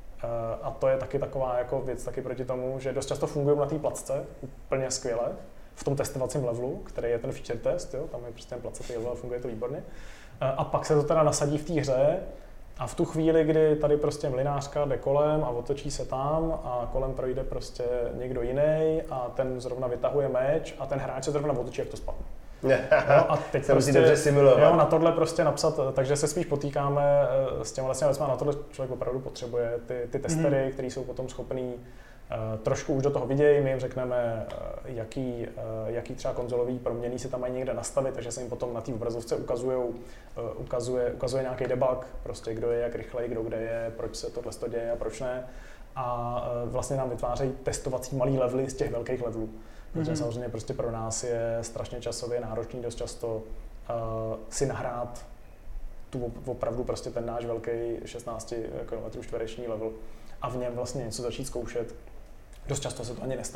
a to je taky taková jako věc taky proti tomu, že dost často fungují na té placce úplně skvěle, v tom testovacím levelu, který je ten feature test, jo, tam je prostě ten placatý level a funguje to výborně. A pak se to teda nasadí v té hře a v tu chvíli, kdy tady prostě mlynářka jde kolem a otočí se tam a kolem projde prostě někdo jiný a ten zrovna vytahuje meč a ten hráč se zrovna otočí, jak to spadne. No a teď se prostě, dobře simulovat. Jo, na tohle prostě napsat, takže se spíš potýkáme s těmi vlastně věcmi, na tohle člověk opravdu potřebuje ty, ty testery, mm-hmm. který jsou potom schopný Uh, trošku už do toho vidějí, my jim řekneme, uh, jaký, uh, jaký třeba konzolový proměnný si tam mají někde nastavit, takže se jim potom na té obrazovce ukazujou, uh, ukazuje, ukazuje nějaký debug, prostě kdo je jak rychlej, kdo kde je, proč se tohle to děje a proč ne. A uh, vlastně nám vytvářejí testovací malý levely z těch velkých levelů. Protože mm-hmm. samozřejmě prostě pro nás je strašně časově náročný dost často uh, si nahrát tu opravdu prostě ten náš velký šestnáct kilometrů čtvereční level a v něm vlastně něco začít zkoušet. Dost často se to ani nestane.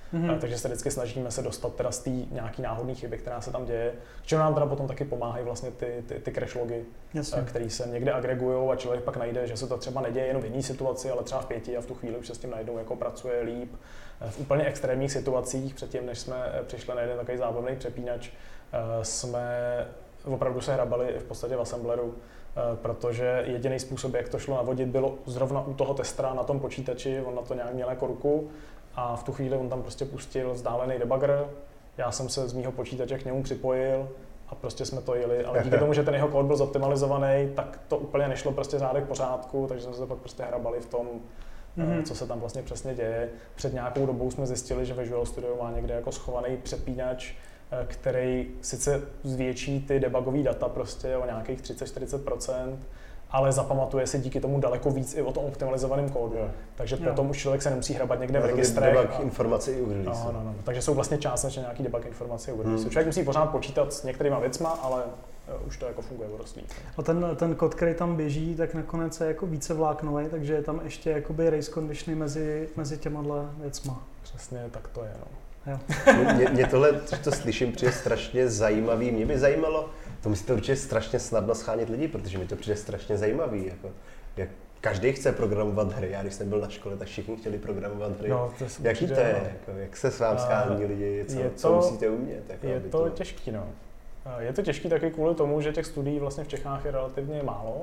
Mm-hmm. Takže se vždycky snažíme se dostat teda z té nějaký náhodné chyby, která se tam děje. Čemu nám teda potom taky pomáhají vlastně ty, ty, ty crash logy, které se někde agregují a člověk pak najde, že se to třeba neděje jenom v jiné situaci, ale třeba v pěti a v tu chvíli už se s tím najednou jako pracuje líp. V úplně extrémních situacích, předtím, než jsme přišli na jeden takový zábavný přepínač, jsme opravdu se hrabali v podstatě v assembleru, protože jediný způsob, jak to šlo navodit, bylo zrovna u toho testera na tom počítači, on na to nějak měl jako ruku a v tu chvíli on tam prostě pustil vzdálený debugger, já jsem se z mýho počítače k němu připojil a prostě jsme to jeli, ale díky tomu, že ten jeho kód byl zoptimalizovaný, tak to úplně nešlo prostě řádek pořádku, takže jsme se pak prostě hrabali v tom, mm-hmm. co se tam vlastně přesně děje. Před nějakou dobou jsme zjistili, že Visual Studio má někde jako schovaný přepínač, který sice zvětší ty debugové data prostě o nějakých třicet až čtyřicet procent, ale zapamatuje si díky tomu daleko víc i o tom optimalizovaném kódu. Jo. Takže jo. potom už člověk se nemusí hrabat někde v registrech. Debug informace i u release. No, no, no. Takže jsou vlastně částečně nějaký debug informace u release. Hmm. Člověk musí pořád počítat s některýma věcma, ale už to jako funguje vrostlý. A ten, ten kód, který tam běží, tak nakonec je jako více vláknový, takže je tam ještě jakoby race conditiony mezi, mezi těma věcma. Přesně tak to je. No. Mě, mě tohle, co to slyším, přijde strašně zajímavý. Mě by zajímalo, to musíte určitě strašně snadno schánět lidi, protože mi to přijde strašně zajímavý. Jako, jak každý chce programovat hry. Já když jsem byl na škole, tak všichni chtěli programovat hry. No, to Jaký to je? Jako, jak se s vám schání lidi? Co, to, co musíte umět? Jako, je to, to těžký, no. Je to těžký taky kvůli tomu, že těch studií vlastně v Čechách je relativně málo.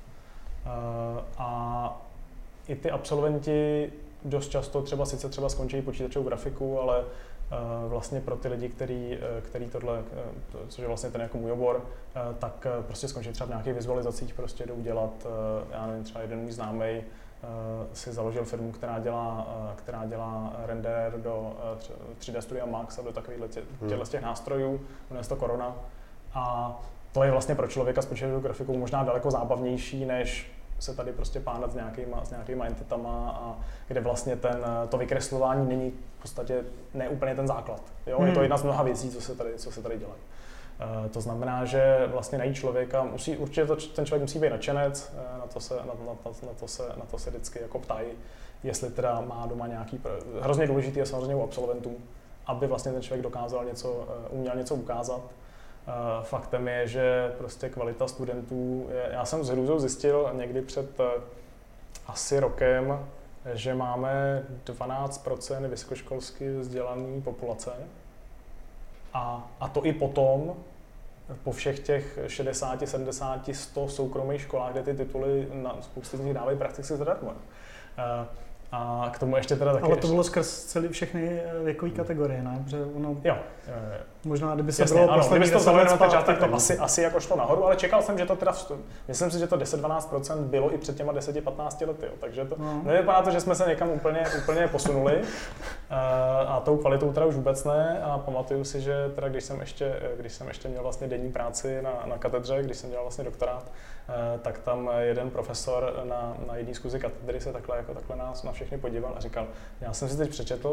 A i ty absolventi dost často třeba sice třeba skončí počítačovou grafiku, ale uh, vlastně pro ty lidi, který, který tohle, to, což je vlastně ten jako můj obor, uh, tak uh, prostě skončí třeba v nějakých vizualizacích, prostě jdou dělat, uh, já nevím, třeba jeden můj známý uh, si založil firmu, která dělá, uh, která dělá render do uh, tři dé Studia Max a do takových těchto těch nástrojů, jmenuje se to Corona. A to je vlastně pro člověka s počítačovou grafikou možná daleko zábavnější, než se tady prostě pánat s nějakýma, s nějakýma entitama a kde vlastně ten, to vykreslování není v podstatě ne úplně ten základ. Jo? Hmm. Je to jedna z mnoha věcí, co se tady, co se tady dělají. Uh, to znamená, že vlastně najít člověka, musí, určitě to, ten člověk musí být nadšenec, na to se, na, na, na, na to se, na to se vždycky jako ptají, jestli teda má doma nějaký, hrozně důležitý je samozřejmě u absolventů, aby vlastně ten člověk dokázal něco, uměl něco ukázat. Uh, faktem je, že prostě kvalita studentů, je, já jsem s hrůzou zjistil někdy před uh, asi rokem, že máme dvanáct procent vysokoškolsky vzdělané populace a, a to i potom, po všech těch šedesát, sedmdesát, sto soukromých školách, kde ty tituly na spousty z nich dávají prakticky zadarmo. Uh, A k tomu ještě teda taky... Ale to bylo skrz celý všechny věkové kategorie, ne? Protože ono... Jo, jo, jo. Možná, kdyby se Jasně, bylo ano, kdyby to zavedlo na ten začátek, to asi, asi jako šlo nahoru, ale čekal jsem, že to teda... Myslím si, že to deset až dvanáct procent bylo i před těma deset až patnáct lety, jo. Takže to... No. Nevypadá to, že jsme se někam úplně, úplně posunuli a tou kvalitou teda už vůbec ne a pamatuju si, že teda když jsem ještě, když jsem ještě měl vlastně denní práci na, na katedře, když jsem dělal vlastně doktorát, tak tam jeden profesor na, na jedné schůzi katedry se takhle, jako takhle nás na všechny podíval a říkal, já jsem si teď přečetl,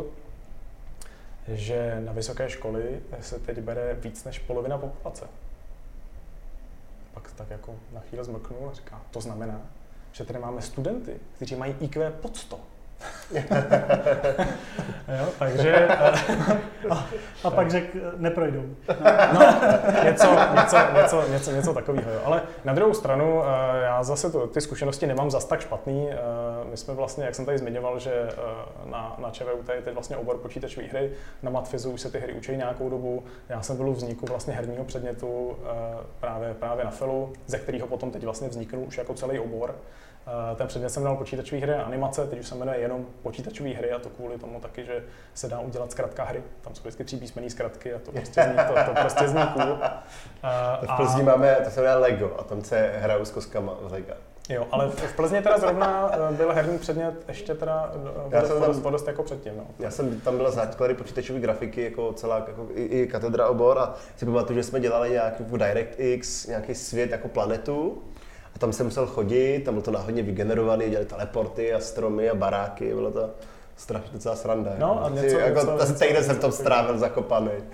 že na vysoké školy se teď bere víc než polovina populace. Pak tak jako na chvíli zmrknul a říká, to znamená, že tady máme studenty, kteří mají í kvé pod sto. Jo, takže... a, a pak řekl, neprojdou. No, něco, něco, něco, něco, něco takového. Jo. Ale na druhou stranu, já zase tu, ty zkušenosti nemám zas tak špatný. My jsme vlastně, jak jsem tady zmiňoval, že na, na ČVUT je teď vlastně obor počítačové hry, na Matfizu už se ty hry učí nějakou dobu. Já jsem byl u vzniku vlastně herního předmětu právě, právě na Felu, ze kterého potom teď vlastně vzniknul už jako celý obor. Ten předmět jsem dal počítačové hry a animace, teď už se jmenuje jenom počítačové hry a to kvůli tomu taky, že se dá udělat zkratka hry. Tam jsou vždycky tří písmenný zkratky a to prostě zní, to, to prostě zní cool. To v Plzni máme, to se jmenuje Lego a tam se hrajou s koskama z Lega. Jo, ale v Plzni teda zrovna byl herní předmět ještě teda dost jako předtím. No. Já jsem tam byl základy počítačové grafiky, jako celá jako i, i katedra obor a si pamatuju, že jsme dělali nějaký DirectX, nějaký svět jako planetu. A tam jsem musel chodit, tam bylo to náhodně vygenerované, dělali teleporty a stromy a baráky, bylo to strašně docela sranda. No a něco, jako, něco, asi týden jsem tam strávil zakopaný.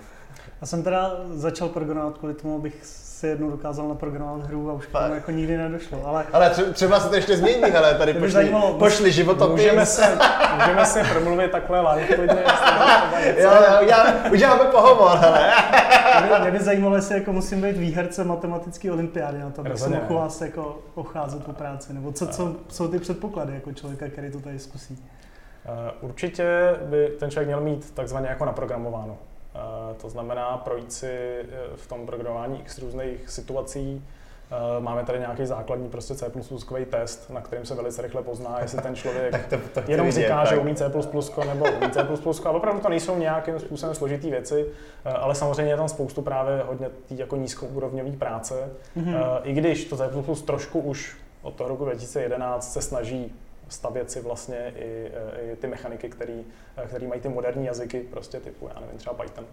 Já jsem teda začal programovat kvůli tomu, abych si jednou dokázal naprogramovat hru a už k tomu jako nikdy nedošlo. Ale, ale třeba se to ještě změní, ale tady pošli, zajímalo, pošli životopis. Můžeme se, můžeme se promluvit takhle live klidně. Jo, jo, já, uděláme pohovor, hele. Mě, mě by zajímalo, jestli jako musím být výherce matematické olympiády na to, abych se mohl vás jako ocházet po práci, nebo co, co jsou ty předpoklady jako člověka, který to tady zkusí? Určitě by ten člověk měl mít takzvaně jako naprogramováno. To znamená projít si v tom programování x různých situací. Máme tady nějaký základní prostě C plus plus test, na kterým se velice rychle pozná, jestli ten člověk to, to jenom vidět, říká, tak. že umí C plus plus nebo umí C plus plus. A opravdu to nejsou nějakým způsobem složitý věci, ale samozřejmě je tam spoustu právě hodně tý jako nízkoúrovňové práce. Mm-hmm. I když to C plus plus trošku už od toho roku dva tisíce jedenáct se snaží stavět si vlastně i, i ty mechaniky, který, který mají ty moderní jazyky, prostě typu, já nevím, třeba Python.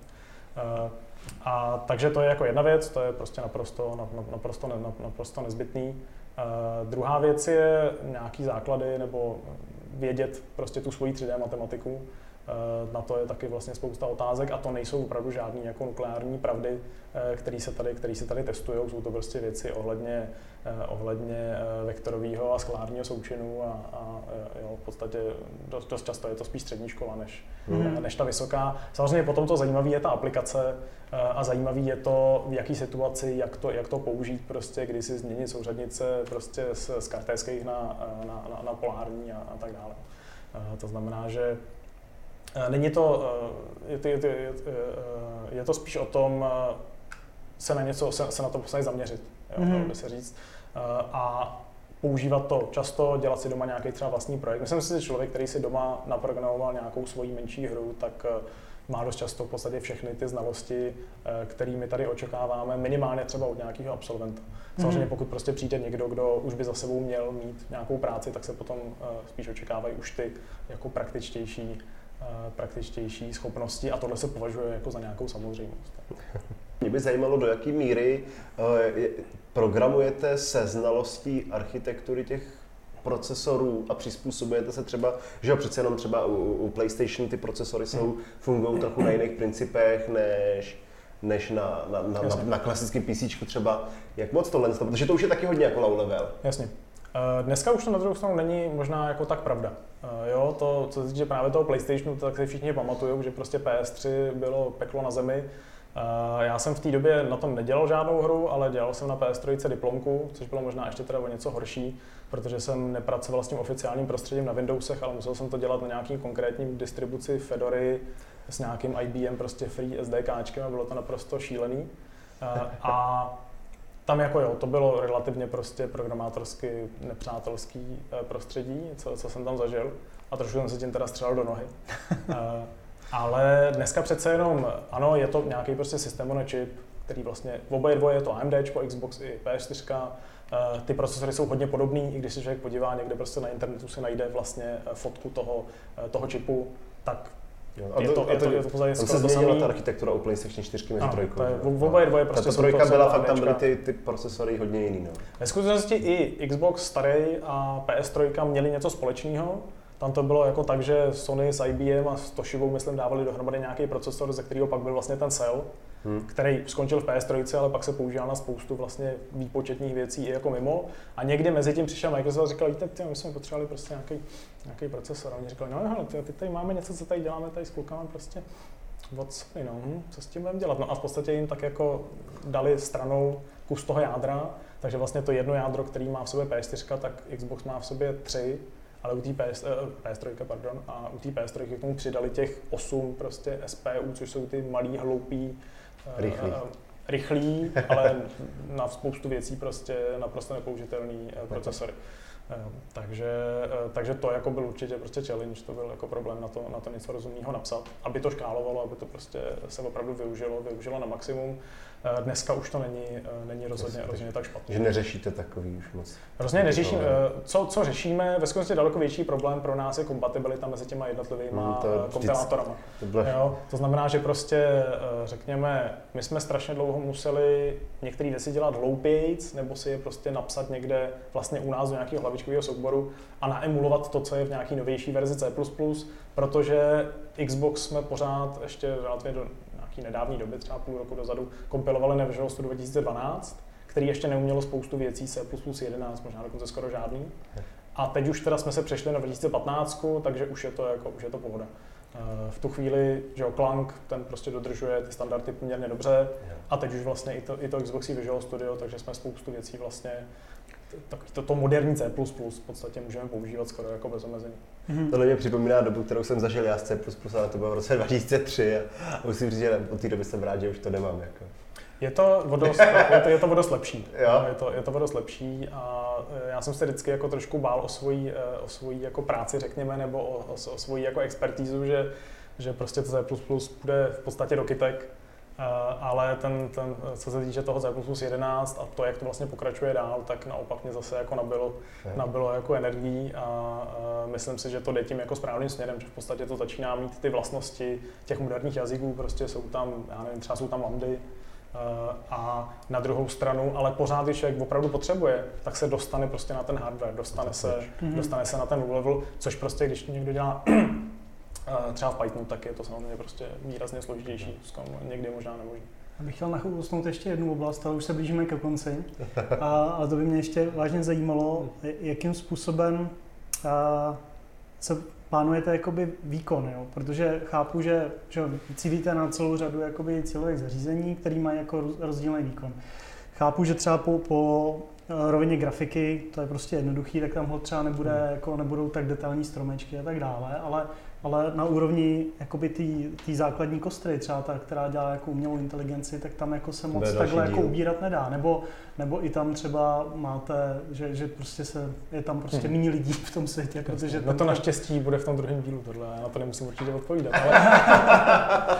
A takže to je jako jedna věc, to je prostě naprosto, naprosto, naprosto nezbytný. Uh, druhá věc je nějaký základy nebo vědět prostě tu svoji tři dé matematiku. Uh, na to je taky vlastně spousta otázek a to nejsou opravdu žádný jako nukleární pravdy, uh, které se tady, který se tady testují. Jsou to prostě věci ohledně, uh, ohledně uh, vektorového a skalárního součinu a, a jo, v podstatě dost, dost často je to spíš střední škola než, mm. než ta vysoká. Samozřejmě potom to zajímavé je ta aplikace, a zajímavý je to, v jaký situaci, jak to, jak to použít, prostě, kdy si změnit souřadnice prostě z, z kartéských na, na, na, na polární a, a tak dále. To znamená, že není to, je to, je to, je to spíš o tom se na něco, se, se na to posadit zaměřit, jo, mm. by se říct. A používat to často, dělat si doma nějaký třeba vlastní projekt. Myslím si, že člověk, který si doma naprogramoval nějakou svoji menší hru, tak má dost často v podstatě všechny ty znalosti, které my tady očekáváme, minimálně třeba od nějakého absolventa. Samozřejmě pokud prostě přijde někdo, kdo už by za sebou měl mít nějakou práci, tak se potom spíš očekávají už ty jako praktičtější, praktičtější schopnosti a tohle se považuje jako za nějakou samozřejmost. Mě by zajímalo, do jaké míry programujete se znalostí architektury těch procesorů a přizpůsobujete se třeba, že jo, přece jenom třeba u, u PlayStation ty procesory jsou, fungují trochu na jiných principech než, než na, na, na, na, na klasickém PCčku třeba. Jak moc tohle, protože to už je taky hodně jako low level. Jasně. Dneska už to na druhou stranu není možná jako tak pravda. Jo, to, co se týče právě toho PlayStationu, tak si všichni pamatují, že prostě P S tři bylo peklo na zemi. Já jsem v té době na tom nedělal žádnou hru, ale dělal jsem na P S tři diplomku, což bylo možná ještě teda o něco horší, protože jsem nepracoval s tím oficiálním prostředím na Windowsech, ale musel jsem to dělat na nějakým konkrétním distribuci Fedory s nějakým I B M prostě free SDKčkem a bylo to naprosto šílený. A tam jako jo, to bylo relativně prostě programátorsky nepřátelský prostředí, co, co jsem tam zažil a trošku jsem se tím teda střelal do nohy. Ale dneska přece jenom, ano, je to nějaký prostě systém on a chip, který vlastně, v oboje dvoje je to AMDčko, Xbox i P S čtyři, ty procesory jsou hodně podobný, i když se člověk podívá někde prostě na internetu, si najde vlastně fotku toho, toho čipu, tak jo, je to, to, je to, je to, je to, je to, tam se změnila ta architektura u PlayStation čtyři mezi trojkou. V oboje dvoje prostě ta trojka byla, fakt tam byly ty, ty procesory hodně jiný. No. Ve skutečnosti i Xbox starý a P S tři měli něco společného. Tam to bylo jako tak, že Sony s I B M a s Toshibou, myslím, dávali dohromady nějaký procesor, ze kterého pak byl vlastně ten Cell, hmm. který skončil v P S tři, ale pak se používal na spoustu vlastně výpočetních věcí i jako mimo. A někdy mezi tím přišel Microsoft a říkal, víte, ty, my jsme potřebovali prostě nějaký, nějaký procesor. A oni říkali, no hele, ty, ty tady máme něco, co tady děláme tady s klukama prostě od Sony, no, hm, co s tím budeme dělat? No a v podstatě jim tak jako dali stranou kus toho jádra, takže vlastně to jedno jádro, který má v sobě P S čtyři, tak Xbox má v sobě tři. Ale u té P S, P S tři, pardon, a u té P S tři k tomu přidali těch osm prostě S P U, což jsou ty malý, hloupý, rychlý, uh, rychlý ale na spoustu věcí prostě naprosto nepoužitelný uh, procesory. Uh, takže, uh, takže to jako byl určitě prostě challenge, to byl jako problém na to, na to něco rozumného napsat, aby to škálovalo, aby to prostě se opravdu využilo, využilo na maximum. Dneska už to není, není rozhodně, rozhodně tak špatné. Že neřešíte takový už moc? Rozhodně neřeším. Co, co řešíme, ve skutečnosti daleko větší problém pro nás je kompatibilita mezi těma jednotlivýma hmm, kompilátorama. To, jo, to znamená, že prostě řekněme, my jsme strašně dlouho museli některé věci dělat hloupějc, nebo si je prostě napsat někde vlastně u nás do nějakého hlavičkového souboru a naemulovat to, co je v nějaký novější verzi C plus plus, protože Xbox jsme pořád ještě relativně do nějaký nedávný doby, třeba půl roku dozadu, kompilovali na Visual Studio dva tisíce dvanáct, který ještě neumělo spoustu věcí C plus plus jedenáct, možná dokonce skoro žádný. A teď už teda jsme se přešli na dva tisíce patnáct, takže už je to, jako, už je to pohoda. V tu chvíli, že jo, Clang, ten prostě dodržuje ty standardy poměrně dobře a teď už vlastně i to, i to Xbox Visual Studio, takže jsme spoustu věcí vlastně, takový to, to moderní C plus plus v podstatě můžeme používat skoro jako bez omezení. Mm-hmm. Tohle mě připomíná dobu, kterou jsem zažil já z C plus plus, ale to bylo v roce dva tisíce tři a musím říct, že od té doby jsem rád, že už to nemám. Jako. Je to vodost, je to, je to vodost lepší. Jo? Je to, je to vodost lepší a já jsem se vždycky jako trošku bál o svoji, o svoji jako práci, řekněme, nebo o, o, o svoji jako expertízu, že, že prostě to C plus plus bude v podstatě do kytek, ale ten, ten, co se týče toho C plus plus jedenáct a to, jak to vlastně pokračuje dál, tak naopak mě zase jako nabilo, nabilo jako energií a, a myslím si, že to jde tím jako správným směrem, že v podstatě to začíná mít ty vlastnosti těch moderních jazyků, prostě jsou tam, já nevím, třeba jsou tam lambdy, a na druhou stranu, ale pořád, když člověk opravdu potřebuje, tak se dostane prostě na ten hardware, dostane se, mm-hmm. dostane se na ten level, což prostě, když někdo dělá třeba v Pythonu, tak je to samozřejmě prostě výrazně složitější, někdy možná nemožné. Já bych chtěl nachousnout ještě jednu oblast, ale už se blížíme ke konci. A, a to by mě ještě vážně zajímalo, jakým způsobem a, se plánujete jakoby výkon, jo? Protože chápu, že, že cílíte na celou řadu jakoby cílových zařízení, které mají jako rozdílný výkon. Chápu, že třeba po, po rovině grafiky, to je prostě jednoduchý, tak tam ho třeba nebude, hmm. jako nebudou tak detailní stromečky a tak dále, ale, ale na úrovni jakoby té základní kostry, třeba ta, která dělá jako umělou inteligenci, tak tam jako se moc takhle jako ubírat nedá, nebo, nebo i tam třeba máte, že, že prostě se, je tam prostě hmm. méně lidí v tom světě, protože... No to naštěstí bude v tom druhém dílu tohle, já na to nemusím určitě odpovídat, ale...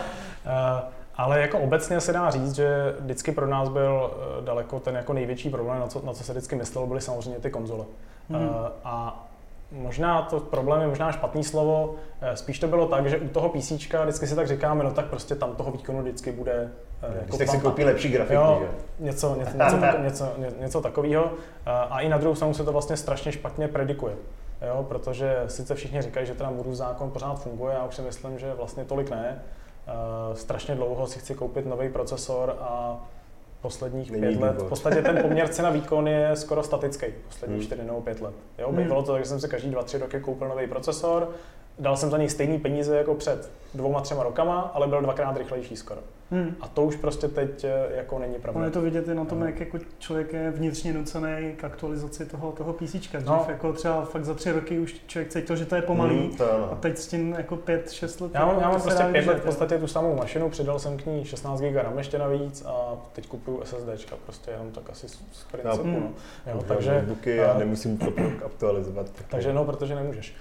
Ale jako obecně se dá říct, že vždycky pro nás byl daleko ten jako největší problém, na co, na co se vždycky myslelo, byly samozřejmě ty konzole. Mm. A možná to problém je možná špatný slovo, spíš to bylo tak, že u toho PCčka vždycky si tak říkáme, no tak prostě tam toho výkonu vždycky bude... Jako tak si koupí lepší grafiky, jo, že? Něco, něco, něco, tak, něco, něco takového. A i na druhou stranu se to vlastně strašně špatně predikuje. Jo, protože sice všichni říkají, že ten Mooreův zákon pořád funguje, já už si myslím, že vlastně tolik ne. Uh, strašně dlouho si chci koupit nový procesor a posledních Není pět důvod. let, v podstatě ten poměr cena výkon je skoro statický, poslední hmm. čtyři nebo pět let. Jo, bývalo to tak, že jsem si každý dva, tři roky koupil nový procesor, dal jsem za něj stejný peníze jako před dvouma, třema rokama, ale byl dvakrát rychlejší skoro. Hmm. A to už prostě teď jako není pravda. Ale je to vidět i na tom, no. jak jako člověk je vnitřně nucený k aktualizaci toho, toho PCčka. Dřív no. jako třeba fakt za tři roky už člověk cítil, že to je pomalý hmm, to no. a teď s tím jako pět, šest let. Já mám, já mám prostě pět let v podstatě tu samou mašinu, přidal jsem k ní šestnáct gigabajtů RAM ještě navíc a teď kupuju SSDčka, prostě jenom tak asi z principu. No. No. Jo, takže notebooky já nemusím to aktualizovat. Tak. Takže no, protože nemůžeš.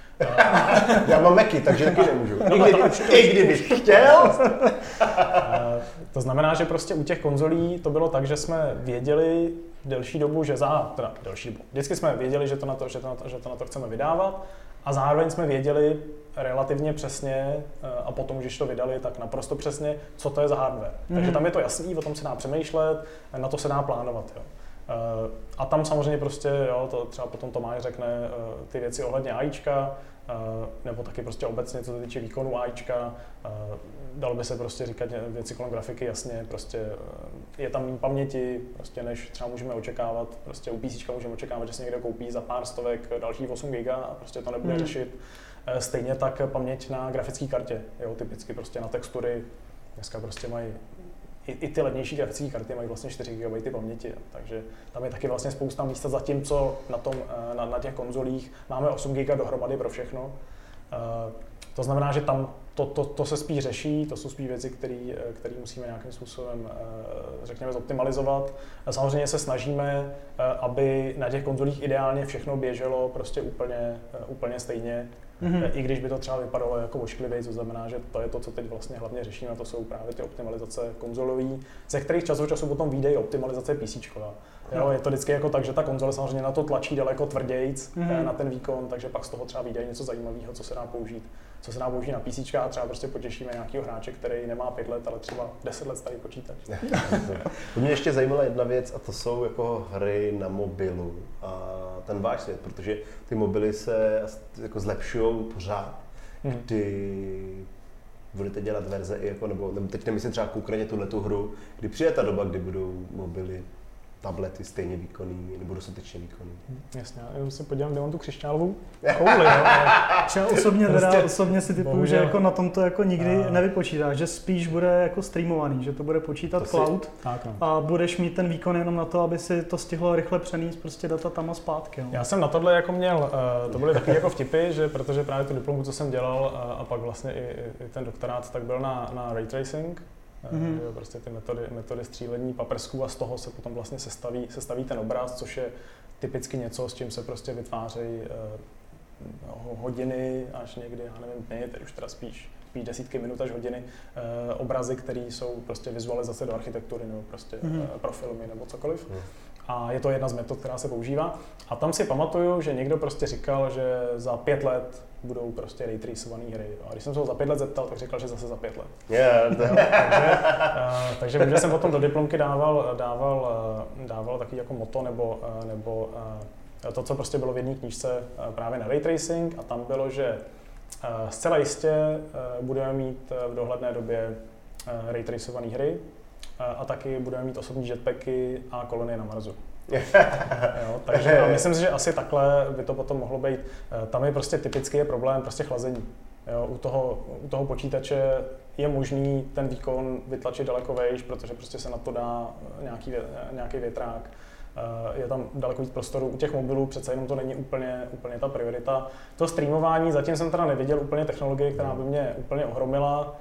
Já mám Macy, takže taky nemůžu. No, I, kdyby, I kdybych chtěl. To znamená, že prostě u těch konzolí to bylo tak, že jsme věděli delší dobu, že za, teda delší dobu, vždycky jsme věděli, že to na to, že to na to, že to, na to chceme vydávat a zároveň jsme věděli relativně přesně a potom, když to vydali, tak naprosto přesně, co to je za hardware. Mm-hmm. Takže tam je to jasný, o tom se dá přemýšlet, na to se dá plánovat. Jo. A tam samozřejmě prostě, jo, to třeba potom Tomáš řekne ty věci ohledně AIčka, nebo taky prostě obecně, co se týče výkonu AIčka, dalo by se prostě říkat věci kolem grafiky, jasně, prostě je tam méně paměti, prostě než třeba můžeme očekávat, prostě u PCčka můžeme očekávat, že si někdo koupí za pár stovek dalších osm gigabajtů a prostě to nebude hmm. řešit. Stejně tak paměť na grafické kartě, jo, typicky prostě na textury, dneska prostě mají I, i ty levnější grafické karty mají vlastně čtyři gigabajty paměti, takže tam je taky vlastně spousta místa, zatímco na, tom, na, na těch konzolích máme osm gigabajtů dohromady pro všechno. To znamená, že tam to, to, to se spíš řeší, to jsou spíš věci, které musíme nějakým způsobem, řekněme, zoptimalizovat. Samozřejmě se snažíme, aby na těch konzolích ideálně všechno běželo prostě úplně, úplně stejně. Mm-hmm. I když by to třeba vypadalo jako ošklivě, to znamená, že to je to, co teď vlastně hlavně řešíme, to jsou právě ty optimalizace konzolový, ze kterých čas od času potom vyjde i optimalizace PCčková. Jo, je to vždycky jako tak, že ta konzole samozřejmě na to tlačí daleko tvrdějc, mm-hmm. na ten výkon, takže pak z toho třeba vyjde něco zajímavého, co se dá použít. Co se dá použít na PCčka a třeba prostě potěšíme nějakého hráče, který nemá pět let, ale třeba deset let starý počítač. To mě ještě zajímala jedna věc a to jsou jako hry na mobilu a ten váš svět, protože ty mobily se jako zlepšují pořád, kdy budete dělat verze i jako, nebo, nebo teď nemyslím třeba konkrétně tuhletu hru, kdy přijde ta doba, kdy budou mobily, tablety stejně výkonný nebo dostatečně výkonný. Jasně, já jenom se podívám, kde mám tu křišťálovou kouli, jo. Já osobně, teda, prostě, osobně si typuju, že jako na tomto jako nikdy a... nevypočítáš, že spíš bude jako streamovaný, že to bude počítat to cloud si... tak, no. A budeš mít ten výkon jenom na to, aby si to stihlo rychle přenést prostě data tam a zpátky. No. Já jsem na tohle jako měl, to byly takové jako vtipy, že protože právě tu diplomu, co jsem dělal a pak vlastně i, i ten doktorát, tak byl na, na ray tracing. Mm-hmm. Jo, prostě ty metody, metody střílení paprsků a z toho se potom vlastně sestaví, sestaví ten obraz, což je typicky něco, s čím se prostě vytvářejí uh, hodiny až někdy, já nevím, dny, teď už teda spíš, spíš desítky minut až hodiny, uh, obrazy, které jsou prostě vizualizace do architektury nebo prostě mm-hmm. uh, pro filmy nebo cokoliv. Mm. A je to jedna z metod, která se používá. A tam si pamatuju, že někdo prostě říkal, že za pět let budou prostě ray tracované hry. A když jsem se ho za pět let zeptal, tak říkal, že zase za pět let. Yeah, jo, takže, uh, takže vím, že jsem potom do diplomky dával, dával, uh, dával takový jako moto nebo, uh, nebo uh, to, co prostě bylo v jedné knížce uh, právě na ray tracing, a tam bylo, že uh, zcela jistě uh, budeme mít uh, v dohledné době uh, ray tracované hry uh, a taky budeme mít osobní jetpacky a kolonie na Marsu. Jo, takže a myslím si, že asi takhle by to potom mohlo být. Tam je prostě typický je problém prostě chlazení. Jo, u, toho, u toho počítače je možný ten výkon vytlačit daleko vejš, protože prostě se na to dá nějaký, nějaký větrák. Je tam daleko víc prostoru. U těch mobilů přece jenom to není úplně, úplně ta priorita. To streamování, zatím jsem teda neviděl úplně technologii, která by mě úplně ohromila.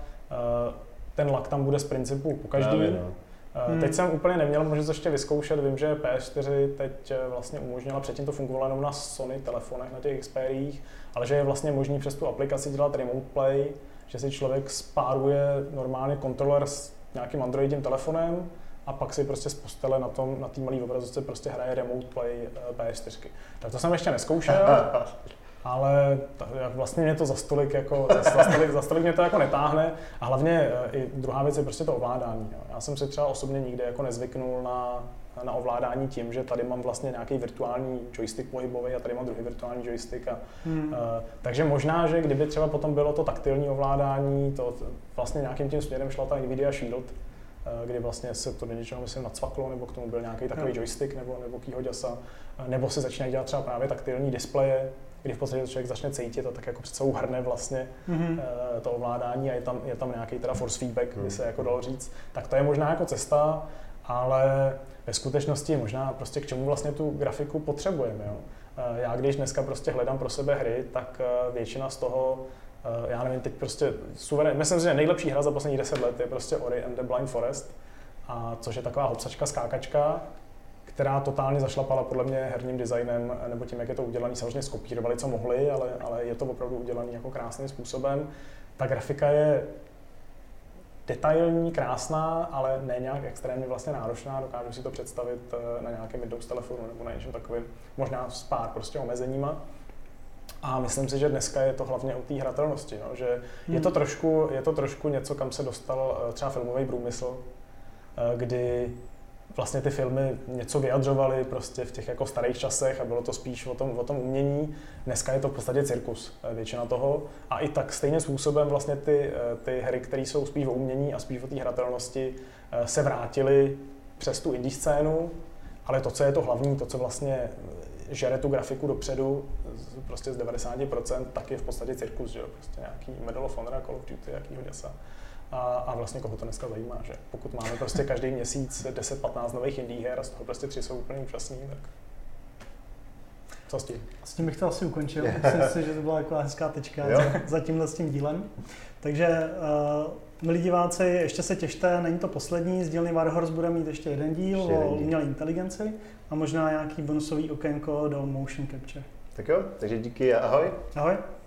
Ten lag tam bude z principu po každý. Hmm. Teď jsem úplně neměl možnost ještě vyzkoušet, vím, že P S čtyři teď vlastně umožnila, předtím to fungovalo jenom na Sony telefonech, na těch Xperiích, ale že je vlastně možný přes tu aplikaci dělat remote play, že si člověk spáruje normálně kontroler s nějakým Androidovým telefonem a pak si prostě z postele na tom, na té malé obrazovce prostě hraje remote play P S čtyři. Tak to jsem ještě neskoušel. Ale jak vlastně mě to za stolik, jako, za, stolik, za stolik mě to jako netáhne a hlavně i druhá věc je prostě to ovládání. Jo. Já jsem si třeba osobně nikdy jako nezvyknul na, na ovládání tím, že tady mám vlastně nějaký virtuální joystick pohybový a tady mám druhý virtuální joystick. A, hmm. uh, takže možná, že kdyby třeba potom bylo to taktilní ovládání, to vlastně nějakým tím směrem šla ta Nvidia Shield, uh, kdy vlastně se to do něčeho myslím nacvaklo, nebo k tomu byl nějaký takový hmm. joystick nebo, nebo kýho děsa, uh, nebo se začínají dělat třeba právě taktilní displeje, kdy v podstatě člověk začne cítit a tak jako před sebou hrne vlastně mm-hmm. uh, to ovládání a je tam, je tam nějaký teda force feedback, mm. by se jako dalo říct. Tak to je možná jako cesta, ale ve skutečnosti možná prostě k čemu vlastně tu grafiku potřebujeme. Jo? Uh, já když dneska prostě hledám pro sebe hry, tak uh, většina z toho, uh, já nevím, teď prostě suverén, myslím si, že nejlepší hra za posledních deset let je prostě Ori and the Blind Forest, a což je taková hopsačka, skákačka, která totálně zašlapala podle mě herním designem, nebo tím, jak je to udělané, samozřejmě skopírovali, co mohli, ale, ale je to opravdu udělané jako krásným způsobem. Ta grafika je detailní, krásná, ale ne nějak extrémně vlastně náročná. Dokážu si to představit na nějakém Windows telefonu nebo na něčem takovým, možná s pár prostě omezeníma. A myslím si, že dneska je to hlavně o té hratelnosti, no? Že hmm. je, to trošku, je to trošku něco, kam se dostal třeba filmový průmysl, kdy vlastně ty filmy něco vyjadřovaly prostě v těch jako starých časech a bylo to spíš o tom, o tom umění. Dneska je to v podstatě cirkus, většina toho. A i tak stejným způsobem vlastně ty, ty hry, které jsou spíš o umění a spíš o té hratelnosti, se vrátily přes tu indie scénu, ale to, co je to hlavní, to, co vlastně žere tu grafiku dopředu, prostě z devadesát procent, tak je v podstatě cirkus, že jo? Prostě nějaký Medal of Honor, Call of Duty, jakýho děsa. A, a vlastně koho to dneska zajímá, že pokud máme prostě každý měsíc deset patnáct nových indie her a z toho prostě tři jsou úplně úžasný, tak co s tím? S tím bych to asi ukončil. Myslím si, že to byla taková hezká tečka za, za tímhle s tím dílem. Takže uh, milí diváci, ještě se těšte, není to poslední, z dílny Warhorse bude mít ještě jeden díl ještě o umělé inteligenci a možná nějaký bonusový okénko do motion capture. Tak jo, takže díky a ahoj. Ahoj.